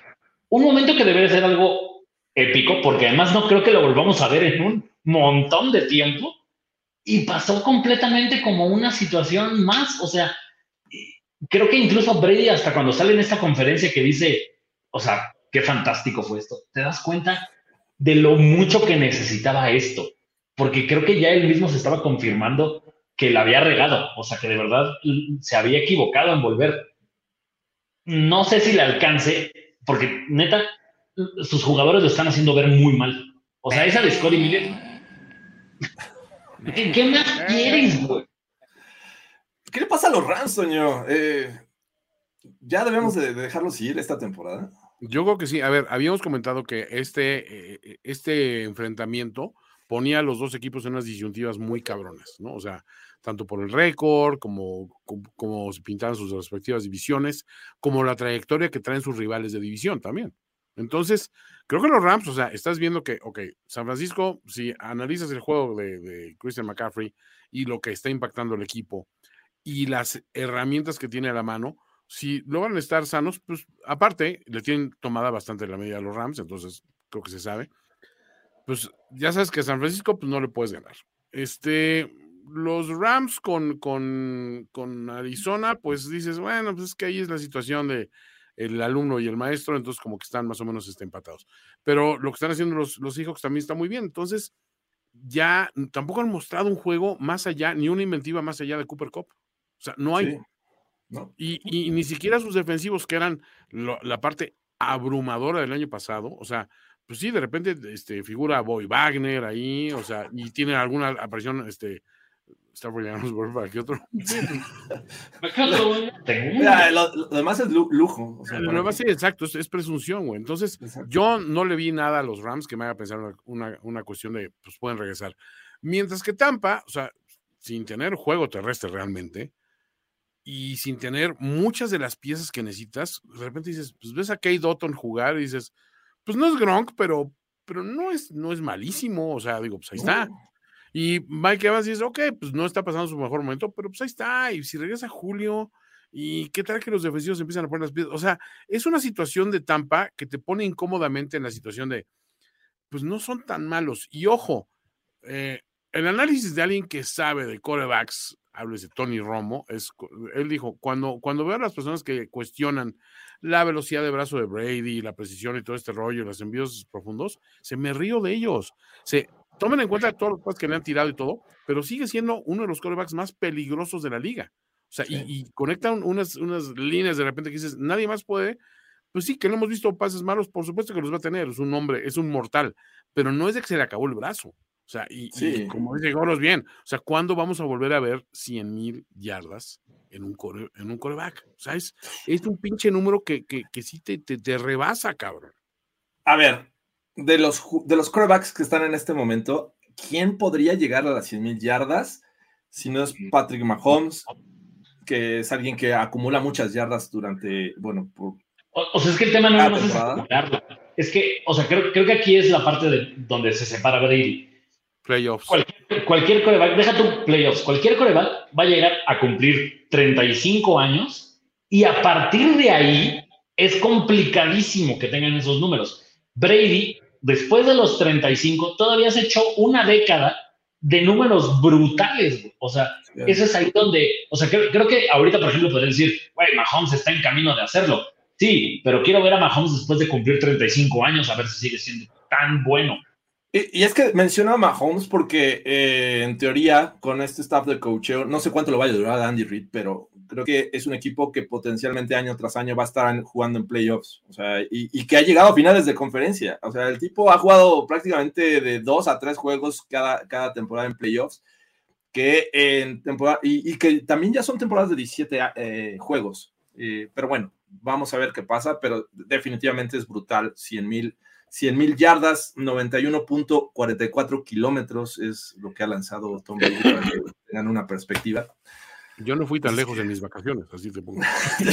Speaker 6: un momento que debería ser algo épico, porque además no creo que lo volvamos a ver en un montón de tiempo, y pasó completamente como una situación más. O sea, creo que incluso Brady, hasta cuando sale en esta conferencia que dice, o sea, qué fantástico fue esto, te das cuenta de lo mucho que necesitaba esto, porque creo que ya él mismo se estaba confirmando que la había regado, o sea, que de verdad se había equivocado en volver. No sé si le alcance, porque neta, sus jugadores lo están haciendo ver muy mal. O sea, esa de Scottie Miller, ¿qué más quieres, güey?
Speaker 4: ¿Qué le pasa a los Rams, Toño? ¿Ya debemos de dejarlos ir esta temporada?
Speaker 5: Yo creo que sí. A ver, habíamos comentado que este enfrentamiento ponía a los dos equipos en unas disyuntivas muy cabronas, ¿no? O sea, tanto por el récord, como se pintaban sus respectivas divisiones, como la trayectoria que traen sus rivales de división también. Entonces, creo que los Rams, o sea, estás viendo que, ok, San Francisco, si analizas el juego de Christian McCaffrey y lo que está impactando el equipo y las herramientas que tiene a la mano, si logran estar sanos, pues aparte, le tienen tomada bastante la medida a los Rams, entonces creo que se sabe. Pues ya sabes que a San Francisco pues no le puedes ganar. Los Rams con Arizona, pues dices, bueno, pues es que ahí es la situación de el alumno y el maestro, entonces como que están más o menos empatados. Pero lo que están haciendo los Seahawks también está muy bien, entonces ya tampoco han mostrado un juego más allá, ni una inventiva más allá de Cooper Kupp. O sea, no hay.
Speaker 4: Sí. No.
Speaker 5: Y ni siquiera sus defensivos, que eran la parte abrumadora del año pasado, o sea, pues sí, de repente figura Boy Wagner ahí, o sea, y tiene alguna aparición, Stafford ya no es para que otro.
Speaker 4: Lo demás es lujo. O sea,
Speaker 5: lo demás sí, exacto, es presunción, güey. Entonces, exacto. Yo no le vi nada a los Rams que me haga pensar una cuestión de, pues pueden regresar. Mientras que Tampa, o sea, sin tener juego terrestre realmente, y sin tener muchas de las piezas que necesitas, de repente dices, pues ves a Kate Otton jugar y dices, pues no es Gronk, pero no es malísimo, o sea, digo, pues ahí está. Y Mike Evans dice, ok, pues no está pasando su mejor momento, pero pues ahí está, y si regresa Julio, y qué tal que los defensivos empiezan a poner las piezas, o sea, es una situación de Tampa que te pone incómodamente en la situación de, pues no son tan malos, y ojo, el análisis de alguien que sabe de quarterbacks, háblese Tony Romo, él dijo, cuando veo a las personas que cuestionan la velocidad de brazo de Brady, la precisión y todo este rollo, los envíos profundos, se me río de ellos. Tomen en cuenta todos los pases que le han tirado y todo, pero sigue siendo uno de los quarterbacks más peligrosos de la liga. O sea, sí. y conectan unas líneas de repente que dices, nadie más puede. Pues sí, que no hemos visto pases malos, por supuesto que los va a tener, es un hombre, es un mortal, pero no es de que se le acabó el brazo. O sea, y como dice Goros bien, o sea, ¿cuándo vamos a volver a ver 100,000 yardas en un quarterback? O sea, es un pinche número que sí te rebasa, cabrón.
Speaker 4: A ver, de los quarterbacks que están en este momento, ¿quién podría llegar a las 100,000 yardas si no es Patrick Mahomes, que es alguien que acumula muchas yardas durante, bueno,
Speaker 6: o sea, es que el tema no es acumularlo. Es que, o sea, creo que aquí es la parte donde se separa Brady.
Speaker 5: Playoffs.
Speaker 6: Cualquier quarterback, deja tu playoffs, cualquier quarterback va a llegar a cumplir 35 años y a partir de ahí es complicadísimo que tengan esos números. Brady, después de los 35, todavía se echó una década de números brutales. O sea, eso es ahí donde, o sea, creo que ahorita, por ejemplo, podrían decir, güey, Mahomes está en camino de hacerlo. Sí, pero quiero ver a Mahomes después de cumplir 35 años a ver si sigue siendo tan bueno.
Speaker 4: Y es que menciono a Mahomes porque en teoría con este staff de coacheo, no sé cuánto lo vaya a durar Andy Reid, pero creo que es un equipo que potencialmente año tras año va a estar jugando en playoffs, o sea, y que ha llegado a finales de conferencia. O sea, el tipo ha jugado prácticamente de 2 a 3 juegos cada temporada en playoffs, que en temporada, y que también ya son temporadas de 17 juegos. Pero bueno, vamos a ver qué pasa, pero definitivamente es brutal. 100,000 yardas, 91.44 kilómetros es lo que ha lanzado Tom Brady, para que tengan una perspectiva.
Speaker 5: Yo no fui tan lejos en mis vacaciones, así te pongo.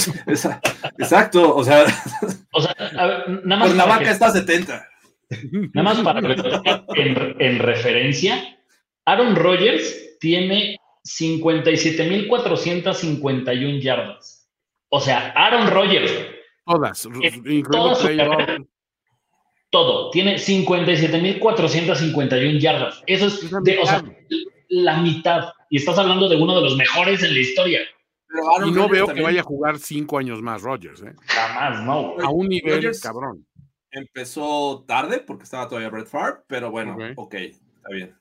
Speaker 4: Exacto, o sea,
Speaker 6: a ver, nada más
Speaker 4: por la vaca está 70.
Speaker 6: Nada más para en referencia, Aaron Rodgers tiene 57,451 yardas. O sea, Aaron Rodgers,
Speaker 5: Todas, incluyendo
Speaker 6: toda su
Speaker 5: playoff.
Speaker 6: carrera, todo. Tiene 57,451 yardas. Eso es o sea, la mitad. Y estás hablando de uno de los mejores en la historia.
Speaker 4: Pero
Speaker 5: Y
Speaker 4: Aaron
Speaker 5: no
Speaker 4: Rodgers
Speaker 5: veo que
Speaker 4: también
Speaker 5: vaya a jugar 5 años más Rodgers, ¿eh?
Speaker 6: Jamás, no.
Speaker 5: A un nivel
Speaker 4: Rodgers
Speaker 5: cabrón.
Speaker 4: empezó tarde porque estaba todavía Brett Favre, pero bueno, ok, está bien.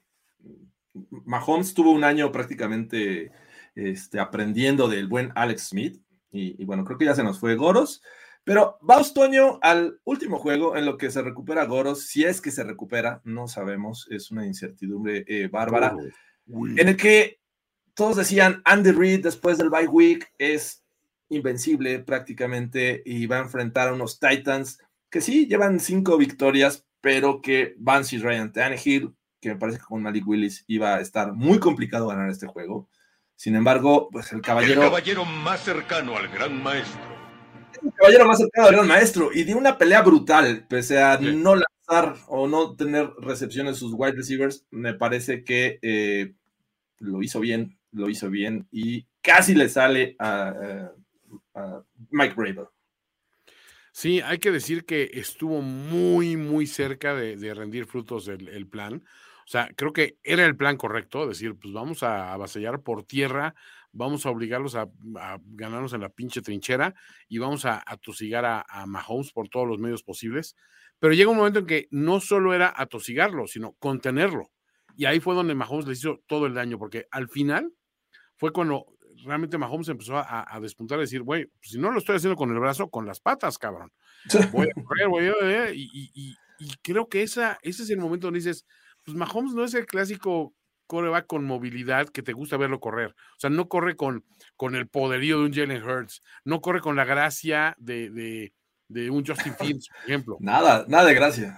Speaker 4: Mahomes tuvo un año prácticamente aprendiendo del buen Alex Smith y bueno, creo que ya se nos fue Goros, pero vamos, Toño, al último juego en lo que se recupera Goros, si es que se recupera, no sabemos, es una incertidumbre bárbara, en el que todos decían Andy Reid después del bye week es invencible prácticamente y va a enfrentar a unos Titans que sí llevan 5 victorias, pero que Vance y Ryan Tannehill, que me parece que con Malik Willis iba a estar muy complicado ganar este juego. Sin embargo, pues el caballero
Speaker 8: más cercano al gran maestro.
Speaker 4: El caballero más cercano al gran maestro y dio una pelea brutal, pese a no lanzar o no tener recepciones sus wide receivers, me parece que lo hizo bien y casi le sale a Mike Vrabel.
Speaker 5: Sí, hay que decir que estuvo muy, muy cerca de rendir frutos el plan. O sea, creo que era el plan correcto, decir, pues vamos a avasallar por tierra, vamos a obligarlos a ganarnos en la pinche trinchera y vamos a atosigar a Mahomes por todos los medios posibles. Pero llega un momento en que no solo era atosigarlo, sino contenerlo. Y ahí fue donde Mahomes le hizo todo el daño, porque al final fue cuando realmente Mahomes empezó a despuntar, a decir, güey, pues si no lo estoy haciendo con el brazo, con las patas, cabrón. Voy a correr, y creo que ese es el momento donde dices, pues Mahomes no es el clásico quarterback con movilidad que te gusta verlo correr. O sea, no corre con el poderío de un Jalen Hurts, no corre con la gracia de un Justin Fields, por ejemplo.
Speaker 4: Nada de gracia.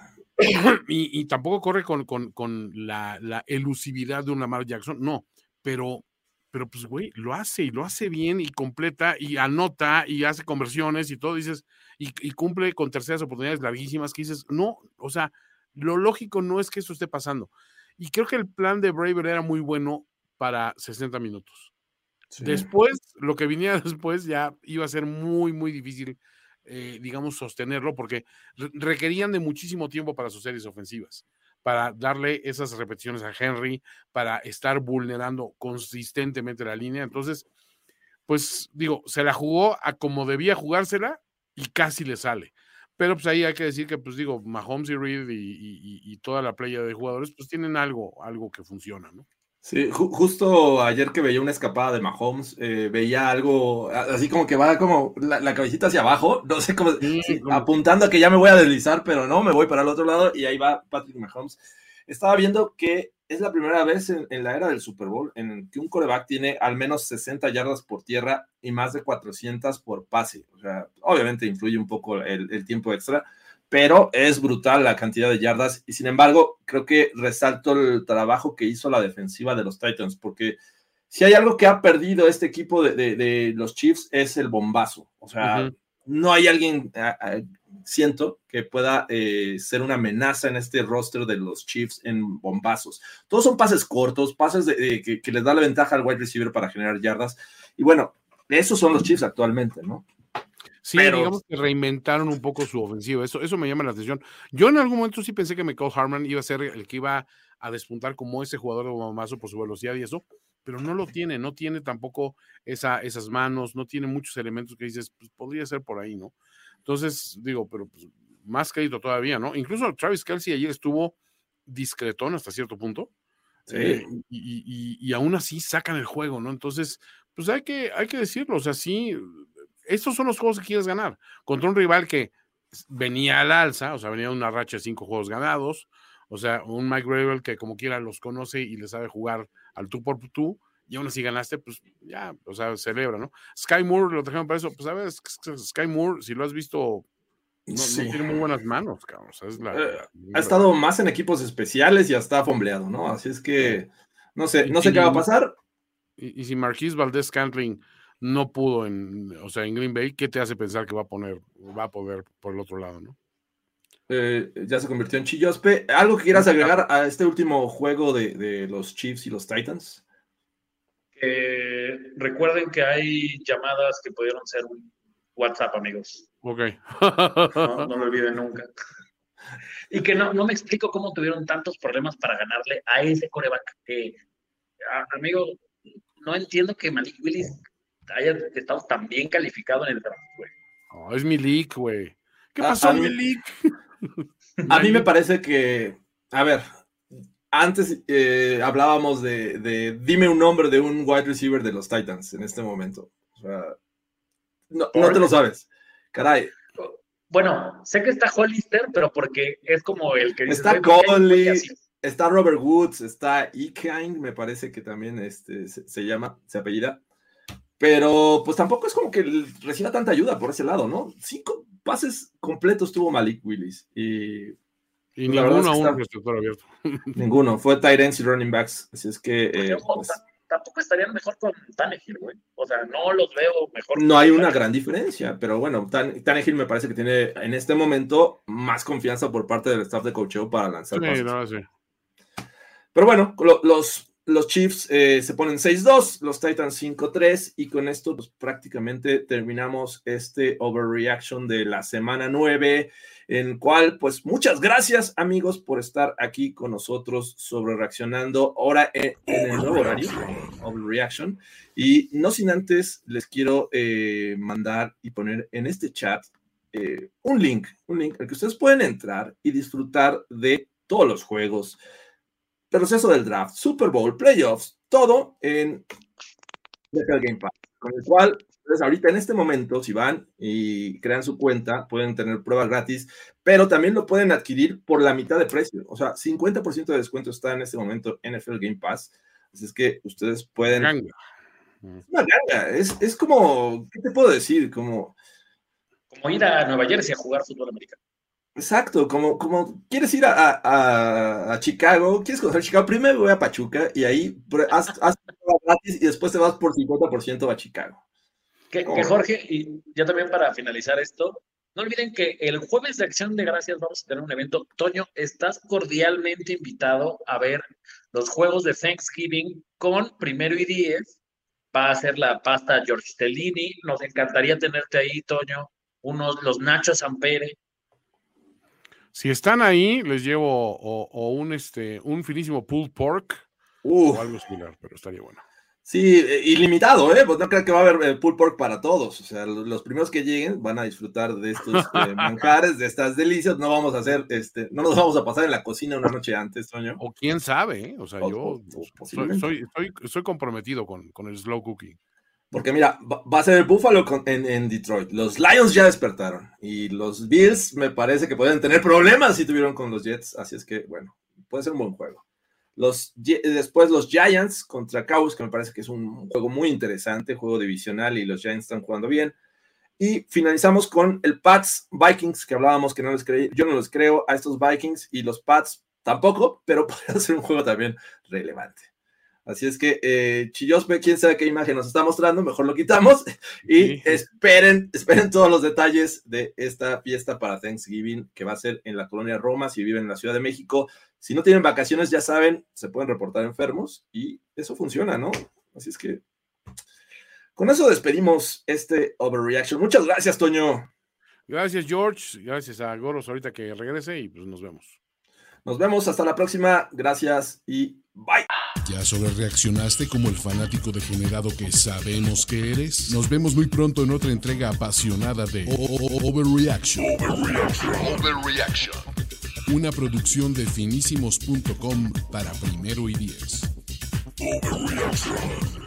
Speaker 5: Y tampoco corre con la elusividad de un Lamar Jackson, no, pero pues, güey, lo hace bien y completa y anota y hace conversiones y todo, dices, y cumple con terceras oportunidades larguísimas que dices, no, o sea, lo lógico no es que eso esté pasando. Y creo que el plan de Vrabel era muy bueno para 60 minutos. Sí. Después, lo que viniera después ya iba a ser muy, muy difícil, digamos, sostenerlo, porque requerían de muchísimo tiempo para sus series ofensivas, para darle esas repeticiones a Henry, para estar vulnerando consistentemente la línea. Entonces, pues digo, se la jugó a como debía jugársela y casi le sale. Pero pues ahí hay que decir que, pues digo, Mahomes y Reid y toda la playa de jugadores, pues tienen algo que funciona, ¿no?
Speaker 4: Sí, justo ayer que veía una escapada de Mahomes, veía algo así como que va como la cabecita hacia abajo, no sé cómo, sí, apuntando a que ya me voy a deslizar, pero no, me voy para el otro lado y ahí va Patrick Mahomes. Estaba viendo que es la primera vez en la era del Super Bowl en que un quarterback tiene al menos 60 yardas por tierra y más de 400 por pase. O sea, obviamente influye un poco el tiempo extra, pero es brutal la cantidad de yardas y sin embargo creo que resalto el trabajo que hizo la defensiva de los Titans, porque si hay algo que ha perdido este equipo de los Chiefs es el bombazo. O sea, no hay alguien, siento, que pueda ser una amenaza en este roster de los Chiefs en bombazos. Todos son pases cortos, pases que les da la ventaja al wide receiver para generar yardas y bueno, esos son los Chiefs actualmente, ¿no?
Speaker 5: Sí, pero digamos que reinventaron un poco su ofensiva, eso me llama la atención. Yo en algún momento sí pensé que Mecole Hardman iba a ser el que iba a despuntar como ese jugador de bombazo por su velocidad y eso, pero no lo tiene, no tiene tampoco esas manos, no tiene muchos elementos que dices, pues podría ser por ahí, ¿no? Entonces, digo, pero pues, más crédito todavía, ¿no? Incluso Travis Kelce ayer estuvo discretón hasta cierto punto,
Speaker 4: sí.
Speaker 5: Y aún así sacan el juego, ¿no? Entonces, pues hay que decirlo, o sea, sí, estos son los juegos que quieres ganar, contra un rival que venía al alza, o sea, venía una racha de 5 juegos ganados, o sea, un Mike Vrabel que como quiera los conoce y le sabe jugar al tú por tú, y aún así ganaste, pues ya, o sea, celebra, ¿no? Sky Moore lo trajeron para eso, pues a ver, Sky Moore, si lo has visto, no tiene muy buenas manos, cabrón, o sea, es
Speaker 4: ha estado más en equipos especiales y hasta fombleado, ¿no? Así es que, no sé qué va a pasar.
Speaker 5: Y si Marquise Valdes-Scantling no pudo en Green Bay, ¿qué te hace pensar que va a poder por el otro lado, no?
Speaker 4: Ya se convirtió en chillospe. ¿Algo que quieras agregar a este último juego de los Chiefs y los Titans?
Speaker 9: Recuerden que hay llamadas que pudieron ser un WhatsApp, amigos.
Speaker 5: Ok.
Speaker 6: No lo olviden nunca. Y que no me explico cómo tuvieron tantos problemas para ganarle a ese quarterback. Amigo, no entiendo que Malik Willis haya estado tan bien calificado en el draft, güey.
Speaker 5: Es Milik, güey. ¿Qué pasó, Milik?
Speaker 4: A mí me parece que, a ver, antes hablábamos de dime un nombre de un wide receiver de los Titans en este momento. O sea, no te lo sabes. Caray.
Speaker 6: Bueno, sé que está Hollister, pero porque es como el que...
Speaker 4: Está Conley, está Robert Woods, está Ikein, me parece que también se apellida. Pero pues tampoco es como que reciba tanta ayuda por ese lado, ¿no? 5 pases completos tuvo Malik Willis. Y
Speaker 5: ninguno a un receptor abierto.
Speaker 4: Ninguno, fue tight ends y running backs. Así es que...
Speaker 6: tampoco estarían mejor con Tannehill, güey. O sea, no los veo mejor.
Speaker 4: No hay una gran diferencia, pero bueno, Tannehill me parece que tiene en este momento más confianza por parte del staff de coacheo para lanzar pases.
Speaker 5: Sí.
Speaker 4: Pero bueno, los Chiefs se ponen 6-2, los Titans 5-3, y con esto pues, prácticamente terminamos este overreaction de la semana 9, en cual, pues, muchas gracias, amigos, por estar aquí con nosotros sobre reaccionando ahora en el nuevo horario, overreaction. Y no sin antes, les quiero mandar y poner en este chat un link al que ustedes pueden entrar y disfrutar de todos los juegos, proceso del draft, Super Bowl, playoffs, todo en NFL Game Pass, con el cual ustedes ahorita en este momento, si van y crean su cuenta, pueden tener pruebas gratis, pero también lo pueden adquirir por la mitad de precio, o sea, 50% de descuento está en este momento en NFL Game Pass, así es que ustedes pueden... Una ganga, es como, ¿qué te puedo decir? Como
Speaker 6: ir a Nueva Jersey a jugar fútbol americano.
Speaker 4: Exacto, como quieres ir a Chicago, quieres conocer Chicago, primero voy a Pachuca y ahí haz gratis y después te vas por 50% a Chicago.
Speaker 6: Que Jorge, y ya también para finalizar esto, no olviden que el jueves de Acción de Gracias vamos a tener un evento. Toño, estás cordialmente invitado a ver los juegos de Thanksgiving con Primero y 10. Va a ser la pasta George Stellini. Nos encantaría tenerte ahí, Toño. Los nachos Ampere.
Speaker 5: Si están ahí, les llevo un finísimo pulled pork o algo similar, pero estaría bueno.
Speaker 4: Sí, ilimitado, pues no creo que va a haber pulled pork para todos. O sea, los primeros que lleguen van a disfrutar de estos manjares, de estas delicias. No vamos a hacer, no nos vamos a pasar en la cocina una noche antes, Toño.
Speaker 5: O quién sabe, O sea, yo soy comprometido con el slow cooking.
Speaker 4: Porque mira, va a ser el Buffalo en Detroit. Los Lions ya despertaron. Y los Bills me parece que pueden tener problemas si tuvieron con los Jets. Así es que, bueno, puede ser un buen juego. Después los Giants contra Cowboys, que me parece que es un juego muy interesante, juego divisional, y los Giants están jugando bien. Y finalizamos con el Pats Vikings, que hablábamos que no les creí. Yo no les creo a estos Vikings, y los Pats tampoco, pero podría ser un juego también relevante. Así es que, Chillospe, quién sabe qué imagen nos está mostrando, mejor lo quitamos y esperen todos los detalles de esta fiesta para Thanksgiving que va a ser en la colonia Roma. Si viven en la Ciudad de México, si no tienen vacaciones, ya saben, se pueden reportar enfermos y eso funciona, ¿no? Así es que con eso despedimos este overreaction. Muchas gracias, Toño.
Speaker 5: Gracias, George. Gracias a Goros ahorita que regrese y pues nos vemos.
Speaker 4: Nos vemos, hasta la próxima. Gracias y bye.
Speaker 1: ¿Ya sobrereaccionaste como el fanático degenerado que sabemos que eres? Nos vemos muy pronto en otra entrega apasionada de Overreaction. Una producción de finísimos.com para Primero y 10.